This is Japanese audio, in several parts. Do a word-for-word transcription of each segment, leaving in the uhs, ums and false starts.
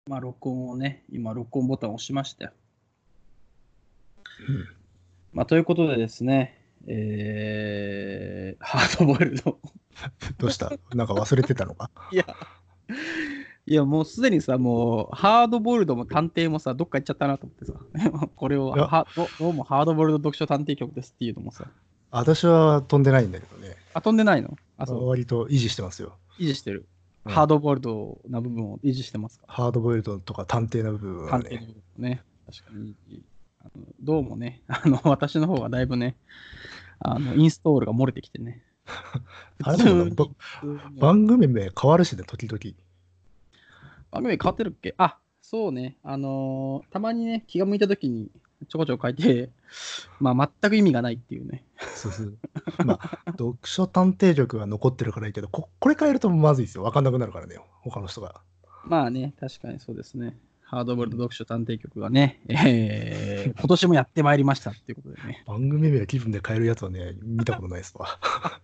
まあ、録音をね、今、録音ボタンを押しましたよ。 うん、 まあ、ということでですね、えー、ハードボイルド。 どうしたなんか忘れてたのかいや、いや、もうすでにさ、もう、ハードボイルドも探偵もさ、どっか行っちゃったなと思ってさ、これをいや、 はど、どうもハードボイルド読書探偵局ですっていうのもさ、 私は飛んでないんだけどね。 あ、飛んでないのあ、そう、 割と維持してますよ。 維持してる。 うん。 ハードボイルドな部分を維持してますかハードボイルドとか探偵な部分はね。 探偵の部分をね、確かに、あのどうもね、あの、私の方がだいぶね、あの、インストールが漏れてきてね、普あれだもんな、ば通に、普通には番組名変わるしね、時々。 番組変わってるっけあ、そうね。あのーたまにね、気が向いたときにちょこちょこ書いて、まあ、全く意味がないっていうね。 そうそう。まあ、読書探偵局が残ってるからいいけど、ここれ変えるとまずいですよ。わかんなくなるからね、他の人が。 まあね、確かにそうですね。ハードボイルド読書探偵局がね、えー今年もやってまいりましたっていうことでね。 番組名気分で変えるやつはね、見たことないですわ。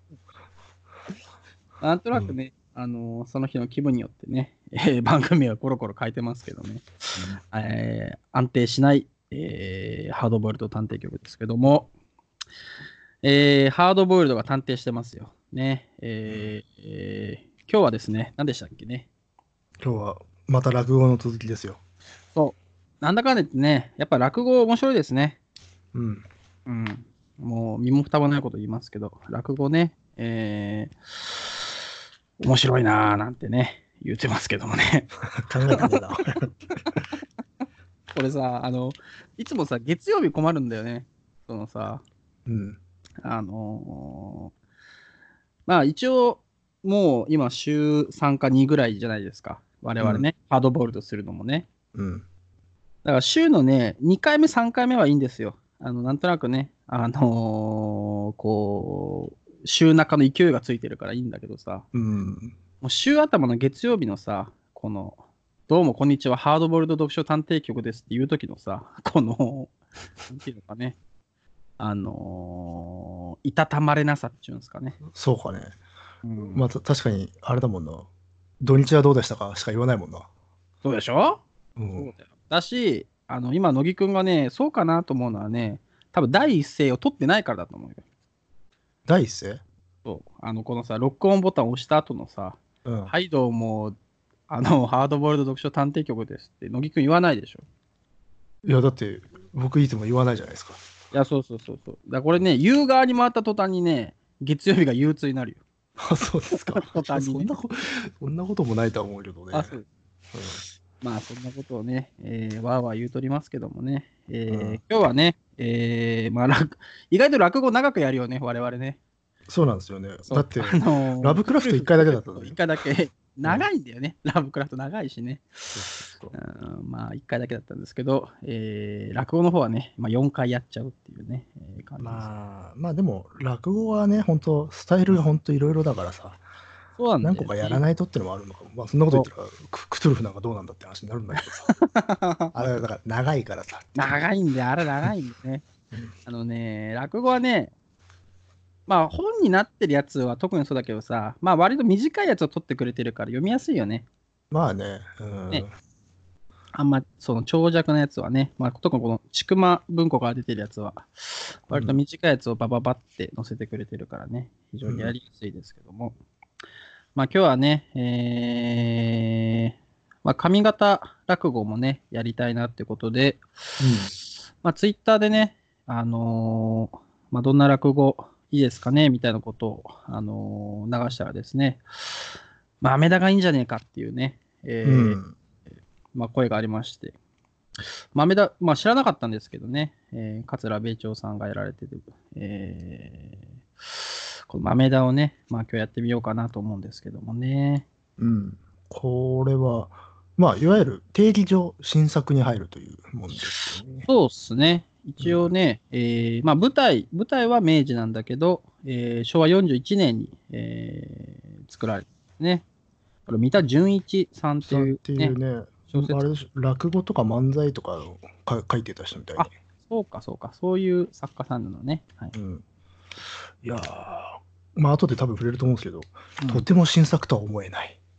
なんとうん。 なくね、あのーその日の気分によってね、えー番組はコロコロ変えてますけどね、えー安定しない、えーハードボイルド探偵局ですけども、えーハードボイルドが探偵してますよ。ね。えーえー今日はですね、何でしたっけね。 今日はまた落語の続きですよ。 そう。なんだかんだ言ってね、やっぱ落語面白いですね。 うん。 うん。もう身も蓋もないこと言いますけど、落語ね、えー面白いなーなんてね、言ってますけどもね。 考えてねえな。 これさ、あの、いつもさ、月曜日困るんだよね。そのさ、 うん。 あのーまあ一応、もう今週さんかにぐらいじゃないですか。我うん。 々ね、ハードボイルドするのもね。 うん。 だから週のね、にかいめ、さんかいめはいいんですよ。あの、なんとなくね、あのーこう、週中の勢いがついてるからいいんだけどさ、 うん。 もう週頭の月曜日のさ、この、どうもこんにちは、ハードボイルド読書探偵局ですっていう時のさ、この、なんていうのかね、あのーいたたまれなさっていうんですかね。 そうかね。 うん。 まあ、た確かに、あれだもんな。土日はどうでしたかしか言わないもんな。 そうでしょうん。 そうだよ。だし、あの、今、乃木くんがね、そうかなと思うのはね、多分第一声を取ってないからだと思うよ。 第一声そう。あの、このさ、録音ボタンを押した後のさ、 うん。 はい、どうも、あの、ハードボイルド読書探偵局ですって、乃木くん言わないでしょ。 いや、だって、僕いつも言わないじゃないですか。 いや、そうそうそうそう。だからこれね、言う側に回った途端にね、月曜日が憂鬱になるよ。 あ、そうですか。 途いや、 端にね。 そんなこ、そんなこともないとは思うけどね。 あ、そう。まあ、そんなことをね、えー、わーわー言うとりますけどもね、 うん。うえーん。 今日はね、えーまあ、落意外と落語長くやるよね、我々ね。 そうなんですよね。 そう、あだって、ラのーブクラフト一クトゥルフ回だけだったの一に。 回だけ、 うん。 長いんだよね。ラブクラフト長いしね。 そうそうそう。 うん、まあ、一回だけだったんですけど、えー落語の方はね、まあ、よんかいやっちゃうっていうね、えー感じです。 まあ、まあでも、落語はね、本当スタイルが本当いろいろだからさ、 そうなん何だよね。 個かやらないとってのもあるのかも。まあ、そんなこと言そうったら、ククトゥルフなんかどうなんだって話になるんだけどさ。あれ、だから長いからさっていう。 長いんで、あれ長いんでね。 うん。 あのね、落語はね、まあ本になってるやつは特にそうだけどさ、まあ割と短いやつを取ってくれてるから読みやすいよね。 まあね、うね。 ん。 あんまその長尺のやつはね、まあ特にこのちくま文庫から出てるやつは、割とうん。 短いやつをバババって載せてくれてるからね、非常にやうん。 りやすいですけども。まあ今日はね、えー、まあ上方落語もね、やりたいなってことで、 うん。 まあツイッターでね、あのーまあどんな落語いいですかねみたいなことを、あのー流したらですね、まあ、アメダがいいんじゃねえかっていうね、えーうん。 まあ、声がありまして、まあ、アメダ、まあ、知らなかったんですけどね、えー、桂米朝さんがやられてて、えー、この豆田をね、まあ、今日やってみようかなと思うんですけどもね。 うん。これは、まあ、いわゆる定義上新作に入るというもんですよね。 そうっすね。 うん。 一応ね、えーまあ、舞台、舞台は明治なんだけど、えー、昭和よんじゅういちねんに、えー作られてね。これ、三田純一さんっていうさんっていね、 うね、 小説家。 あれでしょ、落語とか漫才とかをか書いてた人みたいあ、 に。 そうか、そうか。そういう作家さんなのね。はい。 うん。いやー、まあ、後で多分触れると思うんですけど、 うん。 とても新作とは思えない。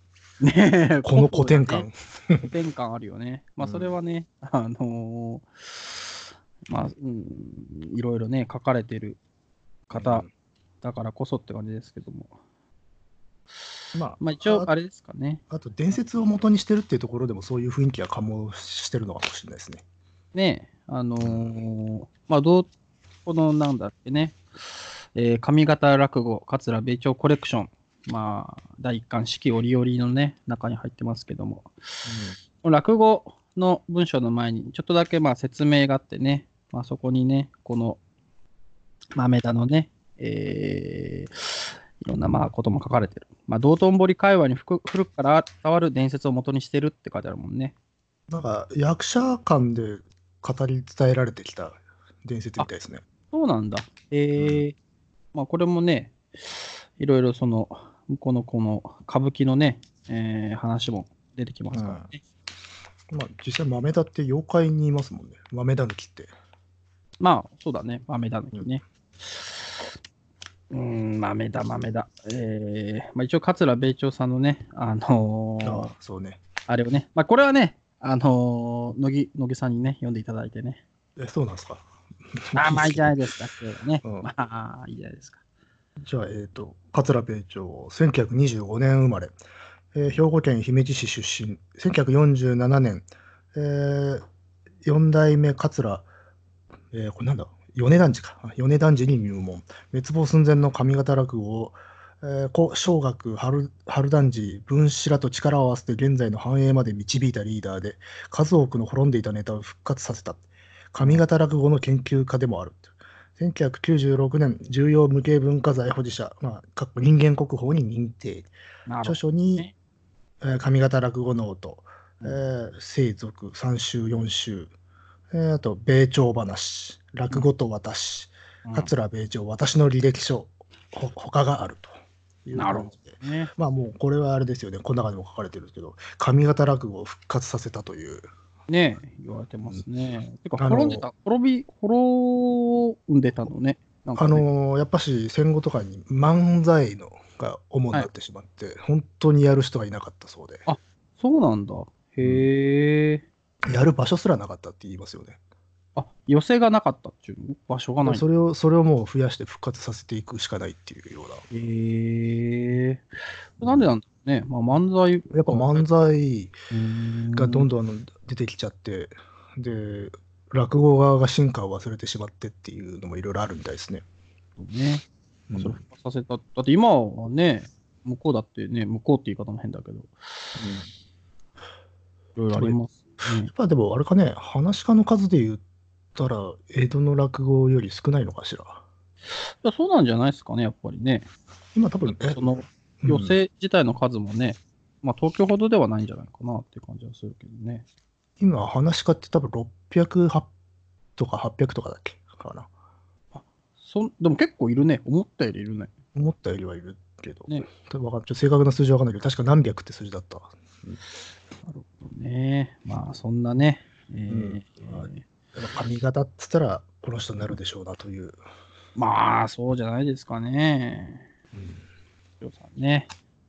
ねえ、 この古典感。 感。 古典感あるよね。まあ、それはね、あのーまあ、うん、いろいろね、書かれてる方うんだからこそって感じですけども。 ままあ、一あ、 応、あれですかね。 ああと伝説を元にしてるっていうところでもそういう雰囲気が醸してるのかもしれないですね。 ね、あのーまあ、どう、この、なんだっけね、えー上方落語、桂米朝コレクション、まあ、だいいっかん四季折々のね、中に入ってますけども、 うん落語の文章の前に、ちょっとだけまあ説明があってね、まあ、そこにね、この豆田のね、えーいろんなまあことも書かれてる。まあ、道頓堀会話に古く古くから伝わる伝説を元にしてるって書いてあるもんね。 なんか役者間で語り伝えられてきた伝説みあ、 たいですね。 そうなんだ。えーまあ、これもね、いろいろその、向こうのこの歌舞伎のね、えー話も出てきますからね。 まあ実際豆田って妖怪にいますもんね。豆田抜きって。 まあ、そうだね、豆だ抜うんきね。うーん、豆だ、豆だ。えーまあ、一応、桂米朝さんのね、あのーああ、そうね。 あれをね、まあ、これはね、あのー乃木、乃木さんにね、読んでいただいてね。 え、そうなんですか。 まあまあいいいいですけど。 じゃないですか、今日はね。 うん、 まあ、いいじゃないですか。 じゃあ、えっ、と、桂米朝、せんきゅうひゃくにじゅうごねん生まれ、えー兵庫県姫路市出身、せんきゅうひゃくよんじゅうななねん、えー、よん代目桂、えーこれなんだ、米團次か。あ米團次に入門。滅亡寸前の上方落語を、えー、古小学春春団次、文士らと力を合わせて現在の繁栄まで導いたリーダーで、数多くの滅んでいたネタを復活させた。上方落語の研究家でもある。せんきゅうひゃくきゅうじゅうろくねん、重要無形文化財保持者、まあ、かっこ人間国宝に認定。著なるほ書に、 どね。 えー上方落語ノート、えうんー、聖俗さん週よん週、えーあと、米朝話、落語と私、 うん、 桂米朝、私の履歴書、ほ他があるというなるほ感じで、 どね。 まあもうこれはあれですよね、この中でも書かれてるんですけど、上方落語を復活させたという、 ねえ、言われてまうん、 すね。てか、 あの、 滅んでた、滅び、滅んでたのね。なんあかね。 のやっぱし戦後とかに漫才のが主にはい。 なってしまって、本当にやる人がいなかったそうで、 あ、そうなんだ。 うん、 へえ。 やる場所すらなかったって言いますよね。 あ、寄せがなかったっていうの場所がない。 それを、それをもう増やして復活させていくしかないっていうような。 へえ。なんでうんなんだろうね。まあ、漫才やっぱが。 漫才うーん。 がどんどんあの出てきちゃって、で、落語側が進化を忘れてしまってっていうのもいろいろあるみたいですね。 ね。まあ、それうん。 復活させた。だって今はね、向こうだってね、向こうって言い方も変だけど、いうん、 ろいろあでもやっりますね。 ぱでもあれかね、話し家の数で言ったら、江戸の落語より少ないのかしら。 いや、そうなんじゃないですかね、やっぱりね。だっ今多分、え、 てその、寄うん、 席自体の数もね、まあ東京ほどではないんじゃないかなっていう感じはするけどね。 今話し家って多分ろっぴゃくとかはっぴゃくとかだっけかな。 あ、そん、でも結構いるね。思ったよりいるね。 思ったよりはいるけど、 ね。 多分わかんちょっと正確な数字はわかんないけど、確か何百って数字だった。 なるほどね。まあそんなね、えうん。 ーまあやっぱ髪型っつったら、この人になるでしょうなという。 まあそうじゃないですかね。 うんりょうさんね。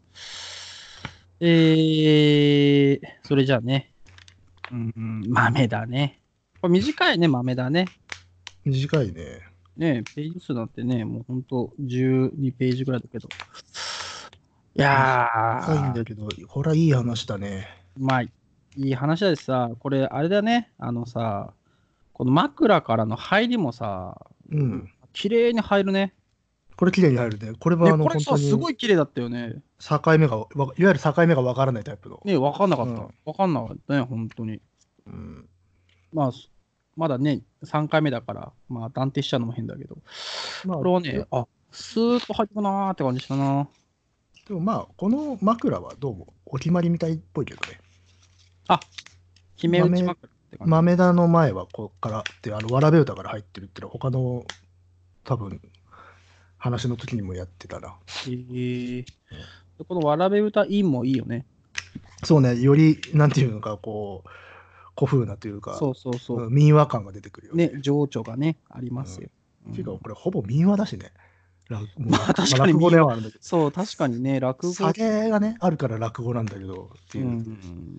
えー、それじゃあね。うん、うん、豆だね。これ短いね、豆だね。 短いね。 ね、ページ数なんてね、もうほんとじゅうにページぐらいだけど。いや短いんー、 だけど、これはいい話だね。 まあ、いい話だしさ、これ、あれだね、あのさ、この枕からの入りもさ、 うん。 綺麗に入るね。 これ綺麗に入るね。これはね、 あのこれさ、す本当にごい綺麗だったよね。 境目が、わいわゆる境目がわからないタイプの。 ね、わかんなかった。 うん。 わかんなかったね、本当に。 うん。 まあ、まだね、さんかいめだから、まあ、断定しちゃうのも変だけど、 まあ、 これはね、 であ、スーッと入ってくなーって感じしたな。 でもまあ、この枕はどうもお決まりみたいっぽいけどね。 あ、決め打ち豆、 枕って感じ。 豆田の前はこっからって、あの、わらべ歌から入ってるっていうのは他の多分話の時にもやってたな。 えー、このわらべ歌インもいいよね。 そうね、より、なんていうのか、こう、古風なというか、 そうそうそうん民話感が出てくるよう。ね、 ね。 情緒がね、ありうん。っますよ。うていうか、 ん、 これほぼ民話だしね。 らもうまあ確かにまあ落語ではあるんだけど、 そう、確かにね、落語。 下げがね、あるから落語なんだけど、っていう。 うん、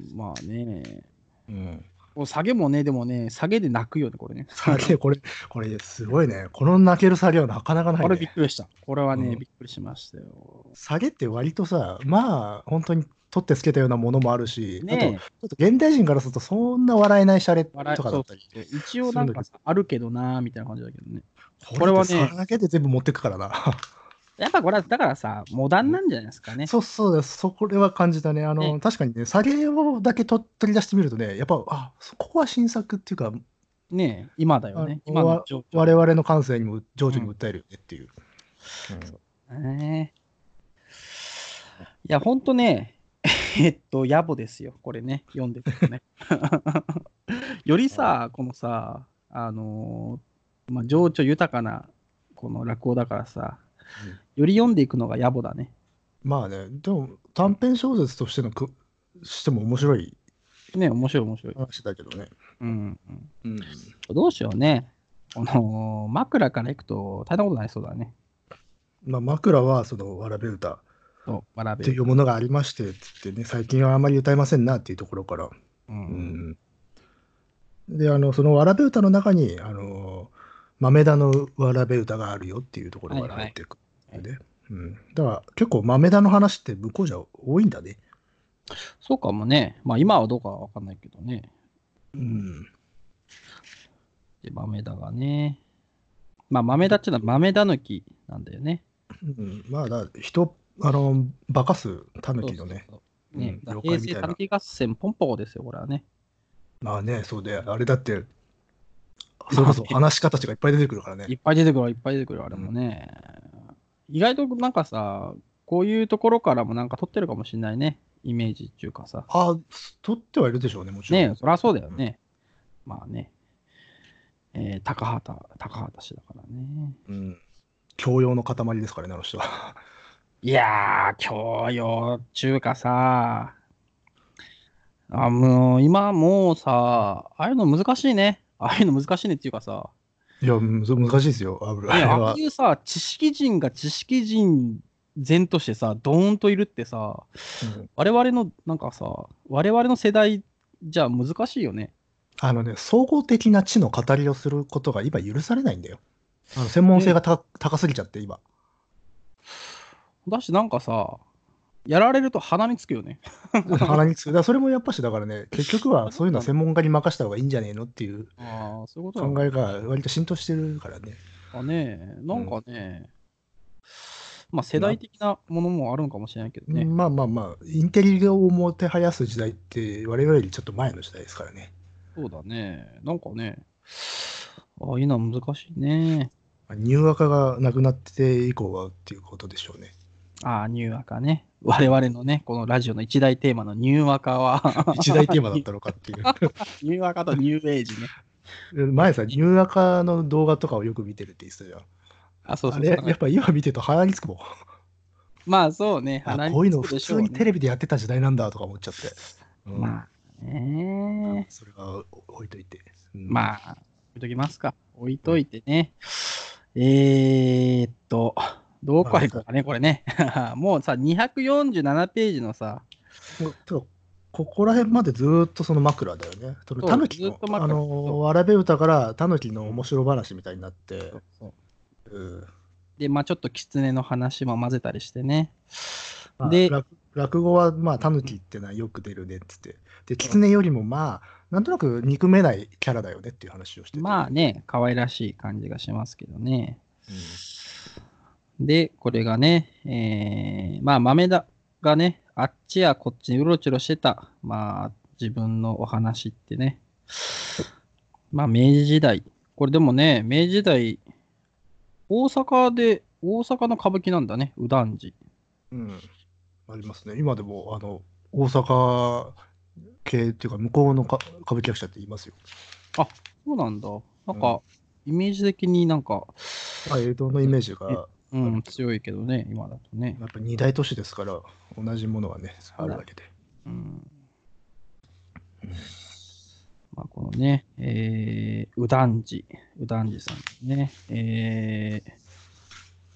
まあね。 うん。 こう下げもね、でもね、下げで泣くよね、これね。 下げ、これ、これ、すごいね。この泣ける下げはなかなかないこれびっね。 くりした。これはね、 うんびっくりしましたよ。 下げって割とさ、まあ、本当に取ってつけたようなものもあるし、あと、ちねょっと現代人からするとそんな笑えないシャレ笑い、そうとかだったりそうそう。一応するんだけど、 なんかさ、あるけどなーみたいな感じだけどね。 これってこれはね、 下げで全部持ってくからな。 やっぱこれは、だからさ、モダンなんじゃないですかね。 そうそうです。そこれは感じたね。あねの、確かにね、下げをだけ取取り出してみるとね、やっぱ、あ、そこは新作っていうか、 ね今だよあね。今のわ状況。 我々の感性にも情緒にうん訴えるよねっていう。うんねいや、ほんとね、えっと、野暮ですよ。これね、読んでるとね。よりさ、このさ、あのーまあ、情緒豊かな、この落語だからさ、 うんより読んでいくのが野暮だね。 まあね、でも短編小説としてのくしても面白いね、面白い面白い。 話だけどね。 うん、うん。 うん。 どうしようね。この、枕からいくと大変なことになりそうだね。 まあ、枕はそのわらべ歌っそう、学べる。 ていうものがありましてつってね、最近はあまり歌えませんなっていうところから。 う。 うんん。で、あの、そのわらべ歌の中に、あの、豆田のわらべ歌があるよっていうところから入っていく。 はいで、うん。だから結構豆田の話って向こうじゃ多いんだね。 そうかもね。まあ今はどうかはわかんないけどね。 うん。 で、豆田がね。まあ豆田っていうのは豆田抜きなんだよね。 うん、まあだ、人、あの、化かすタヌそうキのね、 そうそう。ね、 うん、 だ妖怪みたいな。 平成たぬき合戦ポンポコですよ、これはね。 まあね、そうで、あれだって、それまあね、 こそ話し方たちがいっぱい出てくるからね。 いっぱい出てくる、いっぱい出てくる、あれもね。意外となんかさ、こういうところからもなんか取ってるかもしれないね。イメージっていうかさ。 ああ、取ってはいるでしょうね、もちろん。 ねそりゃそうだよね。まあね。えー高畑、高畑氏だからね。 うん。教養の塊ですからね、あの人は。 いやー、教養中華さ、あ、もう、今もうさ、ああいうの難しいね。ああいうの難しいねっていうかさ、 いや、むず難しいですよ、油あね、ああれは。 いうさ、知識人が知識人前としてさ、ドーンといるってさ、 うん、 我々の、なんかさ、我々の世代じゃ難しいよね。 あのね、総合的な知の語りをすることが今許されないんだよ。あの専門性ね、 がた高すぎちゃって、今。 だし、なんかさ、やられると鼻につくよね。 鼻につく。だからそれもやっぱし、だからね、結局はそういうのはそうなの専門家に任せた方がいいんじゃねえのっていうああ、そういうことなの考えが割と浸透してるからね。 かね。なんかね、まあ世まあ代的なものもあるのかもしれないけどね。 まあまあまあ、インテリをもてはやす時代って我々よりちょっと前の時代ですからね。 そうだね。なんかね、ああいうのは難しいね。 まあニューアカがなくなって以降はっていうことでしょうね。 ああ、ニューアカね。我々のね、このラジオの一大テーマのニューアカは一大テーマだったのかっていう。 ニューアカとニューエイジね。 前さ、ニューアカの動画とかをよく見てるって言ってたじゃん。 あ、そうあれ、 そうそう。 やっぱ今見てると鼻につくもん。 まあそうね、 あ、 鼻にこういうのつく普通にでしょうね。 テレビでやってた時代なんだとか思っちゃって。うん、 まあね。 それは置いといて。うんまあ、置いときますか。置いといてね。えーっと、どこからいこうかね、これね。もうさ、にひゃくよんじゅうななページのさ、 もうてかここら辺までずーっとその枕だよね。そのそうタヌキのずっと、枕あの、わらべ歌からタヌキの面白話みたいになってそう、そううんで、まあちょっと狐の話も混ぜたりしてね。 まあ、 で、 落落語は、まあ、タヌキってのはよく出るねっつって。で、狐よりも、まあ、なんとなく憎めないキャラだよねっていう話をしてて。 まあね、可愛らしい感じがしますけどね。 うんで、これがね、えー、まあ豆田がね、あっちやこっちにうろちょろしてた、まあ自分のお話ってね。まあ明治時代。これでもね、明治時代、大阪で、大阪の歌舞伎なんだね、右團次。 うんありますね。今でも、あの、大阪系っていうか、向こうのか歌舞伎役者って言いますよ。 あ、そうなんだ。なんか、 うんイメージ的になんか、 まあ、江戸のイメージがえあうん、 るけど、 強いけどね、今だとね。 やっぱ二大都市ですから、同じものはね、あるわけで。 うん。まあ、このね、えー、右團次、右團次さんね、えー、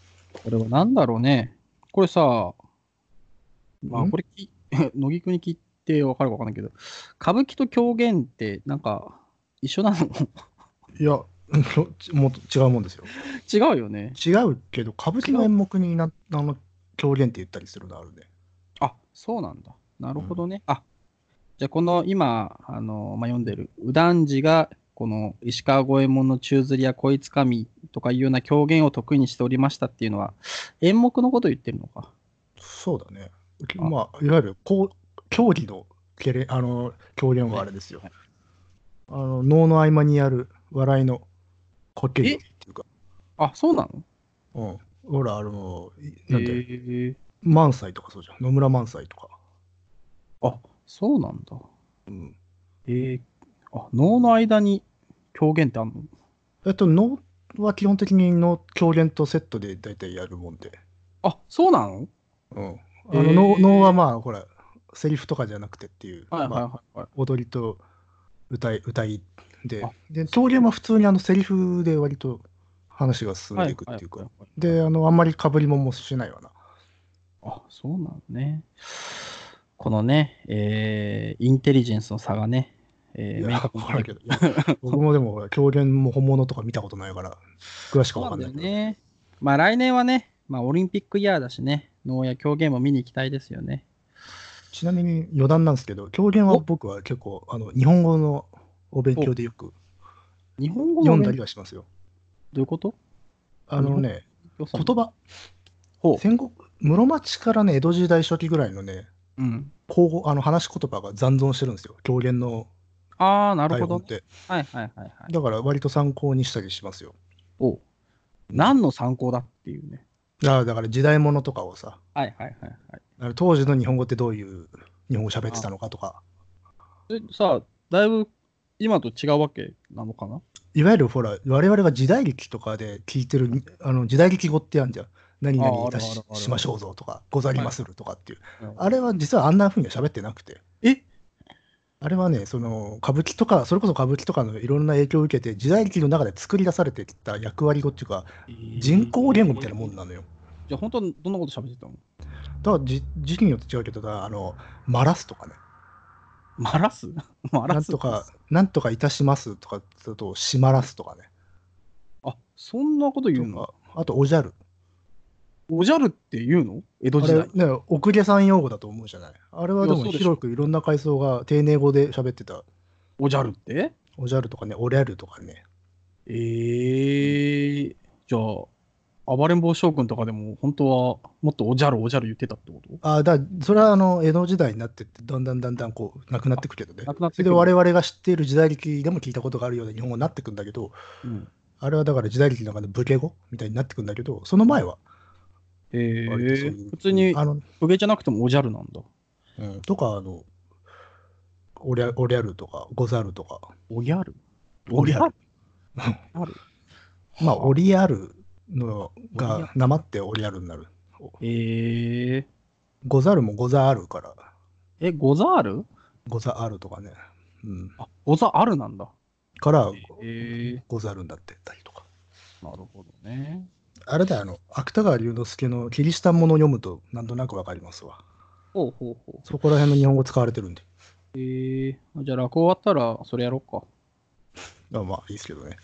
これは何だろうね。これさ、まあんこれき、乃木くんに聞いて分かるか分かんないけど、歌舞伎と狂言ってなんか一緒なの？ いや、うんきょもっと違うもんですよ。 違うよね。 違うけど、歌舞伎の演目になあの狂言って言ったりするのあるね。 あ、そうなんだ。なるほどうんね。あ、じゃあこの今、あの、まあ、読んでる、右團次が、この石川五右衛門の宙吊りや恋つかみとかいうような狂言を得意にしておりましたっていうのは、演目のことを言ってるのか。 そうだね。 あ、 まあ、いわゆるこう競技のけれあの狂言はあれですよ。 はい。 あの能の合間にやる笑いのこけえ、 劇っていうか、 あ、そうなの？ うん、ほら、あの、いえなんで、 ー、 萬斎とかそうじゃん。野村萬斎とか。 あ、そうなんだ。 うん、 えー、あ、能の間に狂言ってあんの？ えっと、能は基本的に能狂言とセットで大体やるもんで。 あ、そうなの？ うん。 えあの能、能はー、 まあ、ほら、セリフとかじゃなくてっていう、 はいはいまあ、 はいはい。 踊りと歌い、歌いで、 あ、 で、狂言は普通にあのセリフで割と話が進んでいはいはいくっていうか、 はいはいはい。 で、あの、あんまり被り物もしないわな。 あ、そうなのね。このね、えーインテリジェンスの差がね、えーいや、 明確わからんけど、 に出てくる。 いや、僕もでも狂言も本物とか見たことないから、詳しくはそうなんだわかんないけどね。 よね。まあ来年はね、まあオリンピックイヤーだしね、能や狂言も見に行きたいですよね。 ちなみに余談なんですけど、狂言はお、 僕は結構、あの、日本語のお勉お、 強でよく日本語のお読んだ勉強、 りはしますよ。 どういうこと？日本語のあのね、 勉強するの？ 言葉、 ほ戦国、室町からね、江戸時代初期ぐらいのね、 う。うん。 口語、あの話し言葉が残存してるんですよ。狂言のああ、なるほどね。 台本って。 はいはいはいはい。 だから割と参考にしたりしますよ。 お、 うん。 何の参考だっていうね。 だからだから時代物とかをさ、 はいはいはいはい。 あの当時の日本語ってどういう日本語喋ってあ、 たのかとか、 え、さあ、だいぶ今と違うわけなのかな？ いわゆるほら、我々が時代劇とかで聞いてるあの時代劇語ってあるじゃん。何々 ああ、あるあるいたしあるある。 しましょうぞとか、ござりはいはい。 まするとかっていう。 はいはい。 あれは実はあんな風には喋ってなくて。 え、 あれはね、その歌舞伎とか、それこそ歌舞伎とかのいろんな影響を受けて、時代劇の中で作り出されてきた役割語っていうか、 え人工言語みたいなもんー、 なのよ。 じゃあ本当にどんなこと喋ってたの？ だからじ時期によって違うけどだ、あの、マラスとかね、 マラス？マラスって。 なんとか、なんとかいたしますとかだと、しまらすとかね、 あ、そんなこと言うの？ とか、あと、おじゃる。 おじゃるって言うの？江戸あれ、 時代。 ね、奥下さん用語だと思うじゃない。あれいや、 はでもそうでしょ。 広くいろんな階層が丁寧語で喋ってた。 おじゃるって？ おじゃるとかね、おりゃるとかね。 えー、じゃあ、暴れん坊将軍とかでも本当はもっとおじゃるおじゃる言ってたってこと？ あだそれはあの江戸時代になってって、だんだんだんだんこう、なくなってくけどね。 なくなっそれでてくるの？ 我々が知っている時代劇でも聞いたことがあるような日本語になってくんだけど、 うん。 あれはだから時代劇の中で武家語みたいになってくんだけど、その前はえ割とそうー、 いう、 普通に、 あの、 公家じゃなくてもおじゃるなんだ。 うん、とか、あの、おりゃ、おりゃるとか、ござるとか、 おぎゃる？ おりゃる。 おぎゃる？ある。 まあ、おはあ、 りあるのおりゃ。 がなまっておりあるになる。 えー、 ござるもござあるから、 え、ござある？ ござあるとかね。うん。 あ、ござあるなんだ。 から、 えござるになってったりとか。 ー、なるほどね。 あれだよ、あの、芥川龍之介のキリシタンものを読むと、なんとなくわかりますわ。 ほうほうほそこら辺の日本語使われてるんで。 う。えー、じゃあ落語終わったらそれやろうか。 まあまあ、いいですけどね。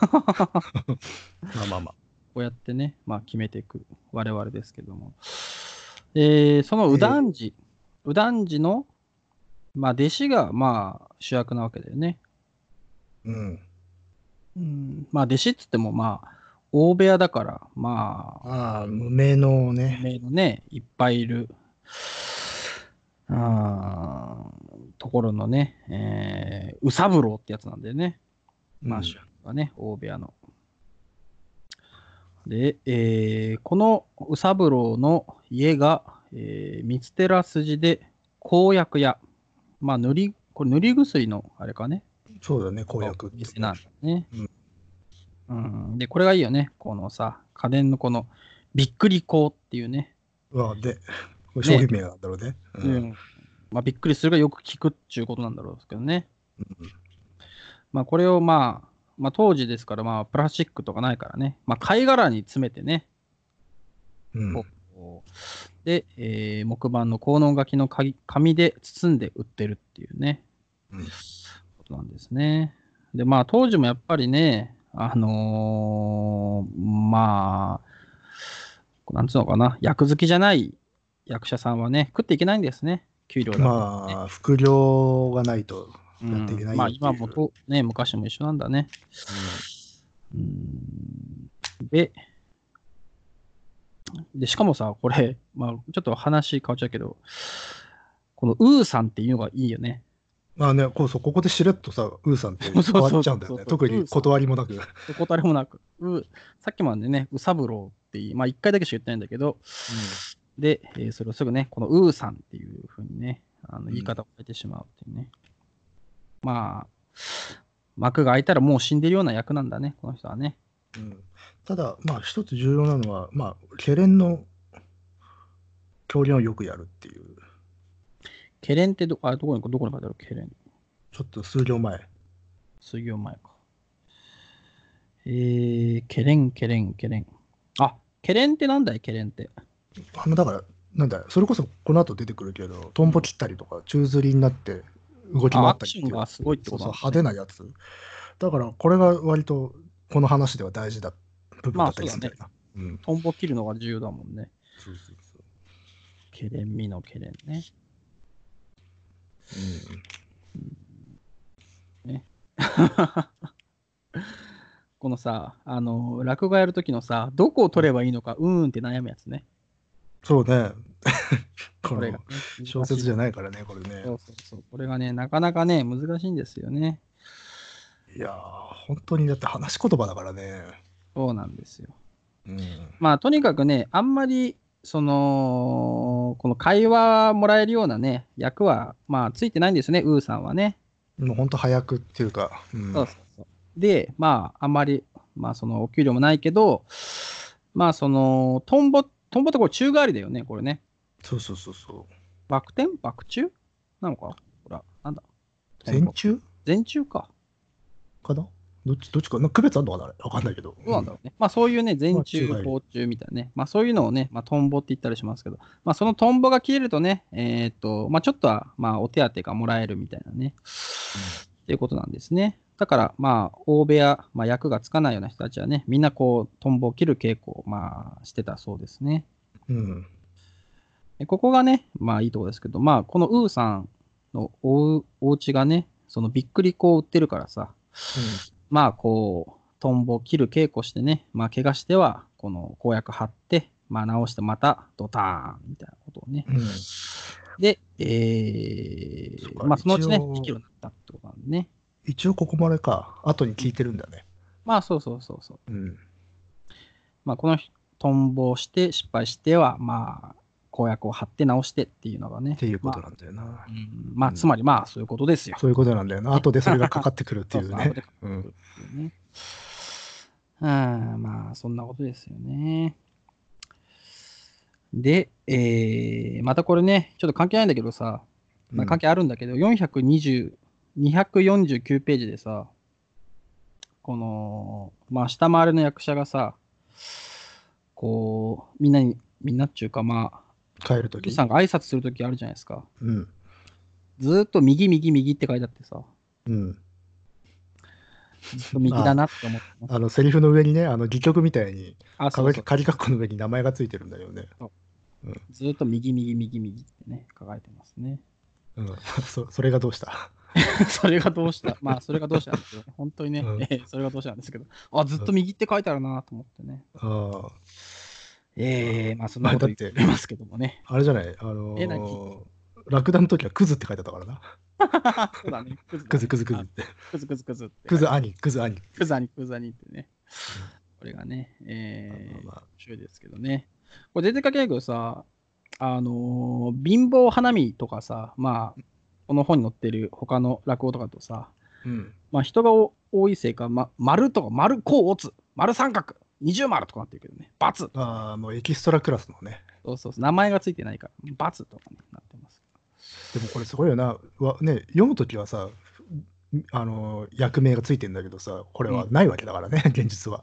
まあまあまあ。 こうやってね、まあ決めていく我々ですけども。えー、その右團次、右團次の、まあ、弟子がまあ主役なわけだよね。 うん。 うん、まあ弟子っつってもまあ大部屋だからまあああ、無名のね。 名のねいっぱいいるあーところのね、えー、宇三郎ってやつなんだよね。まあ主うん。 役がね大部屋の。で、えーこの宇三郎の家が、えー、三つ寺筋で公薬屋。まあ塗り、これ塗り薬のあれかね。 そうだね、公約ってね。 店なんだね。 うんうん。で、これがいいよね。このさ、家電のこのびっくり香っていうね。 うわ、で、これ商ね。 品名なんだろうね。う。 うんん。まあびっくりするがよく聞くっていうことなんだろうけどね。まあこれをまあ、まあ当時ですからまあプラスチックとかないからね。まあ貝殻に詰めてね。 うんこうで、えー木版の効能書きの紙紙で包んで売ってるっていうね、 うんことなんですね。で、まあ当時もやっぱりね、あのーまあ、なんつうのかな、役好きじゃない役者さんはね、食っていけないんですね、給料だけ。 まあ、副業がないとうやっていけん、 ないまあよっていう。 今もと、ね、昔も一緒なんだね。 うんうんで、で、しかもさ、これ、まあちょっと話変わっちゃうけど、このウーさんっていうのがいいよね。 まあね、こうそうここでしれっとさ、ウーさんってそうそう変わっそうちゃうんだよね。 そうそう、 特にウーさん。 断りもなく。 お断りもなく、うさっきまでね、うさぶろうっていう、まあ一回だけしか言ってないんだけど、 うんで、えーそれをすぐね、このうーさんっていうふうにね、あのうん言い方を変えてしまうっていうね。まあ、幕が開いたらもう死んでるような役なんだね、この人はね。 うんただ、まあ、一つ重要なのは、まあ、ケレンの狂言をよくやるっていう、 ケレンってど、あ、どこに、どこに書いてあるケレン。 ちょっと数行前。 水行前か。えー、ケレン、ケレン、ケレン。あ、ケレンってなんだい、ケレンって。 あのだから、なんだよ、それこそこの後出てくるけど、トンボ切ったりとか、宙吊りになって動き回あ、アったりっていう、 クションがすごいってそうそう、 ことなんだ派ね。 手なやつ。だから、これが割とこの話では大事だ部分まだったあそうだね。 りするんだよな。うん。 トンボ切るのが重要だもんね。 そうそうそケレン、ミのケレンね。 う。うん。 ね。このさ、あの、落語やるときのさ、どこを取ればいいのか、うーんって悩むやつね。 そうね。このこれがね、難しい。 小説じゃないからね、これね。 そうそうそう。これがね、なかなかね、難しいんですよね。 いやー、本当にだって話し言葉だからね。 そうなんですよ。 うん。 まあ、とにかくね、あんまり、その、この会話もらえるようなね、役は、まあ、ついてないんですね、ウーさんはね。 もう本当早くっていうか、うん。 そうそうそう。で、まあ、あんまり、まあ、その、お給料もないけど、まあ、その、トンボ、トンボってこれ宙返りだよね、これね。 そうそうそうそう。 バク転バク宙なのかほら、なんだトンボ。 前中前宙か。 かなどっち、どっちか、なんか区別あるのかなあれわかんないけど。 どうなんだろうね。まあそういうね、前まあ中、 宙返り後中みたいなね。まあそういうのをね、まあトンボって言ったりしますけど、まあそのトンボが切れるとね、えーっと、まあちょっとは、まあお手当がもらえるみたいなね、っていうことなんですね。だからまあ大部屋、まあ役がつかないような人たちはね、みんなこうトンボを切る稽古をまあしてたそうですね。 うん。うん。 でここがね、まあいいとこですけど、まあこのウーさんのおうお家がね、そのびっくり粉を売ってるからさ、まあこう、トンボを切る稽古してね、まあ怪我しては、この公約貼って、まあ直してまたドターンみたいなことをね。 うん。 で、えー、 そっかまあそのうちね、 一応できるようになったってことなんでね。 一応ここまでか。後に聞いてるんだね。 まあそうそうそうそう。 うん。 まあこのトンボをして失敗しては、まあ公約を貼って直してっていうのがね。 っていうことまあ、 なんだよな。 うん、まあつまりまあそういうことですよ。 そういうことなんだよな。 ね後でそれがかかってくるってそいううね。 そう後でかかうん。 ってくるっていうね。うん、まあそんなことですよね。で、えー、またこれね、ちょっと関係ないんだけどさ、まあ、関係あるんだけど、よんひゃくにじゅう、にひゃくよんじゅうきゅうページでさ、この、まあ、下回りの役者がさ、こう、みんなに、みんなっていうか、まあ、 帰るとき。 おじさんが挨拶するときあるじゃないですか。 うん。 ずーっと右、右、右って書いてあってさ、 うん。 ずっと右だなって思ってます。 あの、セリフの上にね、あの、戯曲みたいに、 あ、 かそうそう。 仮括弧の上に名前がついてるんだよね。 ずーっと右、右、右、右ってね、書かれてますね。 うん。そそれがどうしたそれがどうしたまあ、それがどうしたんですけど、本当にね、 うんえーそれがどうしたんですけど、あ、ずっと右って書いてあるなと思ってね。 ああ。 ええまあ、そんまあ、 なことだって、 言ってますけどもね。 あれじゃない、あのえ、何ー、ラクダの時はクズって書いてあったからな。 そうだね。クズだねクズクズクズあって。 クズクズクズって。 クズ兄、クズ兄。 クズアニ、クズアニってね。これがね、えー、 まあまあまあ面白いですけどね。これ全然関係ないけどさ、あのー貧乏花見とかさ、まあ、この本に載ってる他の落語とかとさ、 うん。 まあ人が多いせいか、ま、丸とか丸こうおつ、丸三角、二重丸とかなってるけどね、×。 ああ、もうエキストラクラスのね。 そうそうそう、名前がついてないから、×とかになってます。 でもこれすごいよな。わね、読むときはさ、あのー役名がついてんだけどさ、これはないわけだからね、現実は。